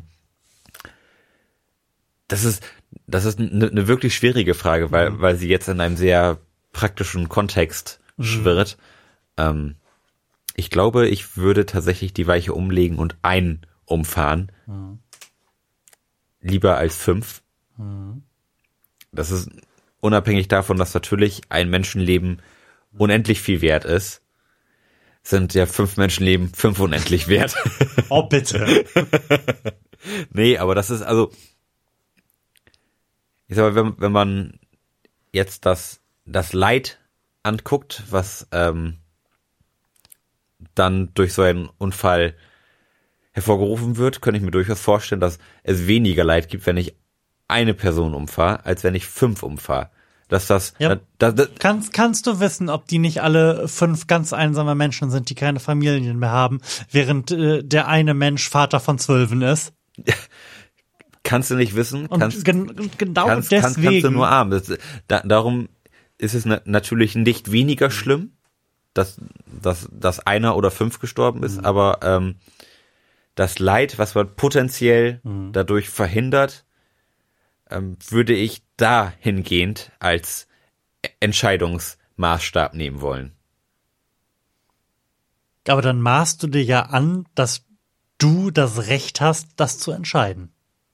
A: das ist, das ist eine ne wirklich schwierige Frage, weil, mhm. weil sie jetzt in einem sehr praktischen Kontext mhm. schwirrt. Ähm, ich glaube, ich würde tatsächlich die Weiche umlegen und einen umfahren. Mhm. Lieber als fünf. Mhm. Das ist unabhängig davon, dass natürlich ein Menschenleben unendlich viel wert ist, sind ja fünf Menschenleben fünf unendlich wert.
B: Oh, bitte.
A: Nee, aber das ist also, ich sag mal, wenn, wenn man jetzt das, das Leid anguckt, was ähm, dann durch so einen Unfall hervorgerufen wird, könnte ich mir durchaus vorstellen, dass es weniger Leid gibt, wenn ich eine Person umfahre, als wenn ich fünf umfahre. Dass das,
B: ja.
A: da, da,
B: kannst, kannst du wissen, ob die nicht alle fünf ganz einsame Menschen sind, die keine Familien mehr haben, während äh, der eine Mensch Vater von Zwölfen ist?
A: Kannst du nicht wissen.
B: Und
A: kannst,
B: gen, genau
A: kannst,
B: deswegen.
A: Kannst, kannst du nur arm. Das, da, darum ist es na, natürlich nicht weniger schlimm, dass, dass, dass einer oder fünf gestorben ist, mhm. aber ähm, das Leid, was man potenziell mhm. dadurch verhindert, ähm, würde ich dahingehend als Entscheidungsmaßstab nehmen wollen.
B: Aber dann maßt du dir ja an, dass du das Recht hast, das zu entscheiden.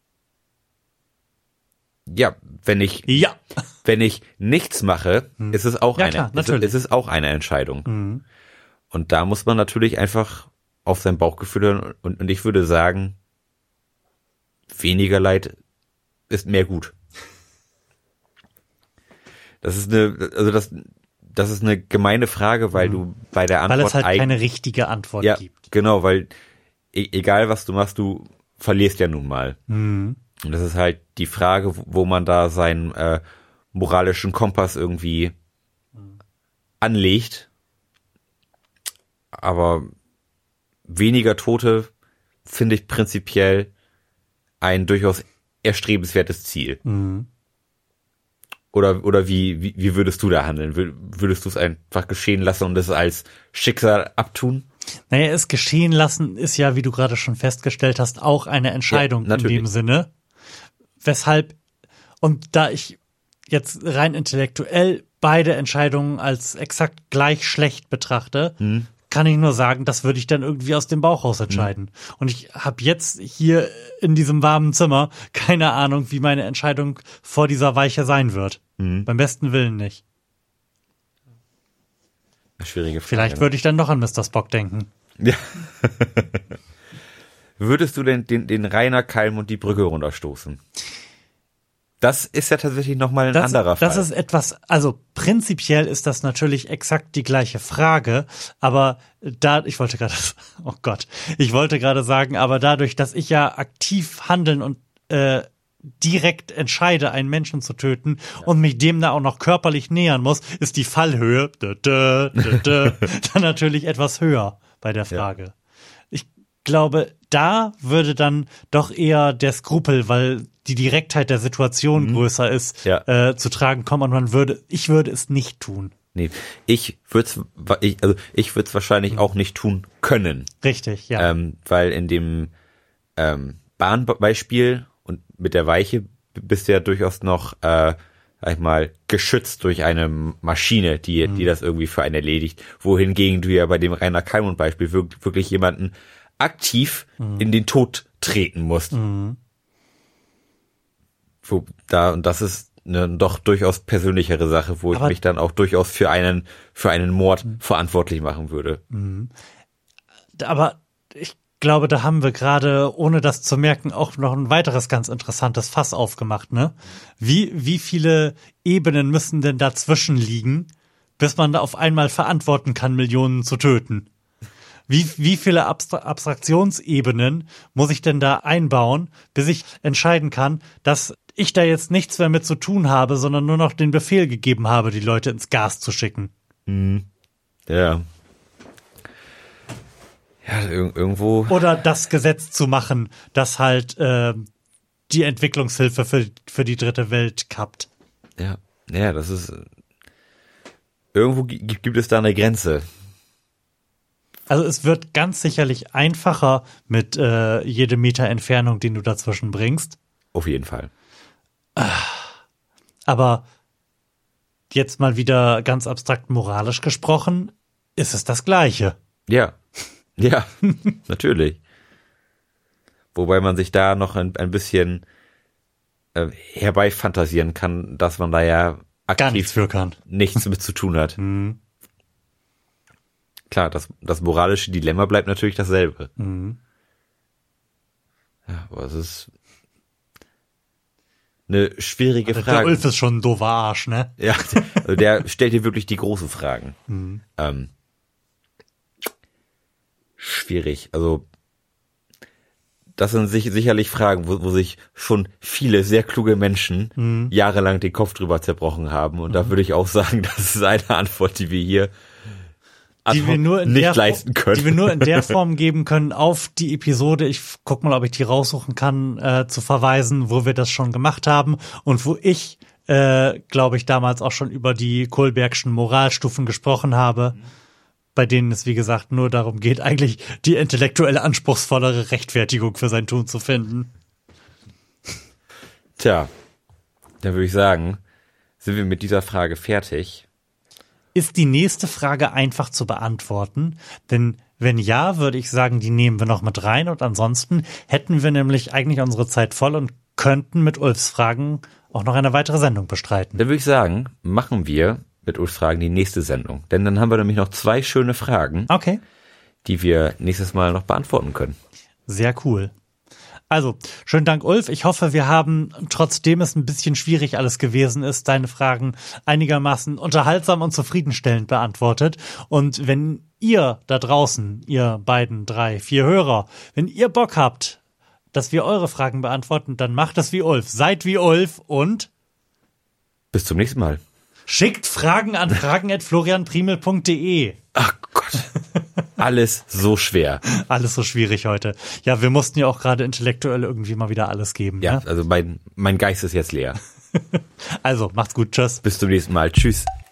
A: Ja, wenn ich
B: ja.
A: wenn ich nichts mache, hm. ist es auch
B: ja,
A: eine
B: klar,
A: ist, ist es auch eine Entscheidung.
B: Mhm.
A: Und da muss man natürlich einfach auf sein Bauchgefühl hören und, und ich würde sagen, weniger Leid ist mehr gut. Das ist eine, also das, das ist eine gemeine Frage, weil mhm. du bei der Antwort
B: weil es halt keine richtige Antwort
A: ja,
B: gibt.
A: Genau, weil e- egal was du machst, du verlierst ja nun mal.
B: Mhm.
A: Und das ist halt die Frage, wo man da seinen äh, moralischen Kompass irgendwie mhm. anlegt. Aber weniger Tote finde ich prinzipiell ein durchaus erstrebenswertes Ziel.
B: Mhm.
A: Oder oder wie, wie wie würdest du da handeln? Würdest du es einfach geschehen lassen und es als Schicksal abtun?
B: Naja, es geschehen lassen ist ja, wie du gerade schon festgestellt hast, auch eine Entscheidung ja, in dem Sinne. Weshalb, und da ich jetzt rein intellektuell beide Entscheidungen als exakt gleich schlecht betrachte, hm. kann ich nur sagen, das würde ich dann irgendwie aus dem Bauch raus entscheiden. Hm. Und ich habe jetzt hier in diesem warmen Zimmer keine Ahnung, wie meine Entscheidung vor dieser Weiche sein wird. Hm. Beim besten Willen nicht.
A: Schwierige Frage.
B: Vielleicht würde ich dann doch an Mister Spock denken.
A: Ja. Würdest du denn den, den Rainer Kalm und die Brücke runterstoßen? Das ist ja tatsächlich nochmal ein
B: das,
A: anderer Fall.
B: Das ist etwas, also prinzipiell ist das natürlich exakt die gleiche Frage, aber da, ich wollte gerade, oh Gott, ich wollte gerade sagen, aber dadurch, dass ich ja aktiv handeln und äh, direkt entscheide, einen Menschen zu töten ja. und mich dem da auch noch körperlich nähern muss, ist die Fallhöhe dö, dö, dö, dö, dann natürlich etwas höher bei der Frage. Ja. Ich glaube, da würde dann doch eher der Skrupel, weil die Direktheit der Situation mhm. größer ist, ja. äh, zu tragen kommen und man würde, ich würde es nicht tun.
A: Nee, ich würde es, ich, also ich würde es wahrscheinlich mhm. auch nicht tun können.
B: Richtig, ja.
A: Ähm, weil in dem ähm, Bahnbeispiel und mit der Weiche bist du ja durchaus noch, äh, sag ich mal, geschützt durch eine Maschine, die, mhm. die das irgendwie für einen erledigt. Wohingegen du ja bei dem Rainer Kallmund-Beispiel wirklich, wirklich jemanden aktiv mhm. in den Tod treten musst.
B: Mhm.
A: Wo, da, und das ist eine doch durchaus persönlichere Sache, wo Aber ich mich dann auch durchaus für einen, für einen Mord mhm. verantwortlich machen würde.
B: Mhm. Aber ich glaube, da haben wir gerade, ohne das zu merken, auch noch ein weiteres ganz interessantes Fass aufgemacht, ne? Wie, wie viele Ebenen müssen denn dazwischen liegen, bis man da auf einmal verantworten kann, Millionen zu töten? Wie, wie viele Abstra- Abstraktionsebenen muss ich denn da einbauen, bis ich entscheiden kann, dass ich da jetzt nichts mehr mit zu tun habe, sondern nur noch den Befehl gegeben habe, die Leute ins Gas zu schicken.
A: Mhm. Ja. Ja, ir- irgendwo.
B: Oder das Gesetz zu machen, das halt äh, die Entwicklungshilfe für, für die dritte Welt kappt.
A: Ja, ja, das ist. Irgendwo gi- gibt es da eine Grenze.
B: Also es wird ganz sicherlich einfacher mit äh, jedem Meter Entfernung, den du dazwischen bringst.
A: Auf jeden Fall.
B: Aber jetzt mal wieder ganz abstrakt moralisch gesprochen, ist es das Gleiche.
A: Ja. Ja, natürlich. Wobei man sich da noch ein, ein bisschen äh, herbeifantasieren kann, dass man da ja
B: Gar nichts
A: aktiv
B: für kann.
A: nichts mit zu tun hat.
B: Mhm.
A: Klar, das, das moralische Dilemma bleibt natürlich dasselbe.
B: Mhm.
A: Ja, aber es ist eine schwierige
B: Der
A: Frage.
B: Ulf ist schon ein doofer Arsch, ne?
A: Ja, also der stellt dir wirklich die großen Fragen.
B: Mhm.
A: Ähm, schwierig. Also das sind sich, sicherlich Fragen, wo, wo sich schon viele sehr kluge Menschen
B: Mhm.
A: jahrelang den Kopf drüber zerbrochen haben. Und da würde ich auch sagen, das ist eine Antwort, die wir hier
B: Die wir nur in
A: nicht
B: der
A: leisten können.
B: Die wir nur in der Form geben können, auf die Episode, ich guck mal, ob ich die raussuchen kann, äh, zu verweisen, wo wir das schon gemacht haben und wo ich, äh, glaube ich, damals auch schon über die Kohlbergschen Moralstufen gesprochen habe, bei denen es, wie gesagt, nur darum geht, eigentlich die intellektuelle anspruchsvollere Rechtfertigung für sein Tun zu finden.
A: Tja, dann würde ich sagen, sind wir mit dieser Frage fertig.
B: Ist die nächste Frage einfach zu beantworten? Denn wenn ja, würde ich sagen, die nehmen wir noch mit rein. Und ansonsten hätten wir nämlich eigentlich unsere Zeit voll und könnten mit Ulfs Fragen auch noch eine weitere Sendung bestreiten.
A: Dann würde ich sagen, machen wir mit Ulfs Fragen die nächste Sendung. Denn dann haben wir nämlich noch zwei schöne Fragen,
B: Okay,
A: die wir nächstes Mal noch beantworten können.
B: sehr cool. Also, schönen Dank, Ulf. Ich hoffe, wir haben, trotzdem es ein bisschen schwierig alles gewesen ist, deine Fragen einigermaßen unterhaltsam und zufriedenstellend beantwortet. Und wenn ihr da draußen, ihr beiden, drei, vier Hörer, wenn ihr Bock habt, dass wir eure Fragen beantworten, dann macht es wie Ulf. Seid wie Ulf und
A: Bis zum nächsten Mal.
B: schickt Fragen an fragen at florianprimel punkt de.
A: Ach Gott. Alles so schwer.
B: Alles so schwierig heute. Ja, wir mussten ja auch gerade intellektuell irgendwie mal wieder alles geben.
A: Ja,
B: Ne?
A: also mein, mein Geist ist jetzt leer.
B: Also, macht's gut. Tschüss.
A: Bis zum nächsten Mal. Tschüss.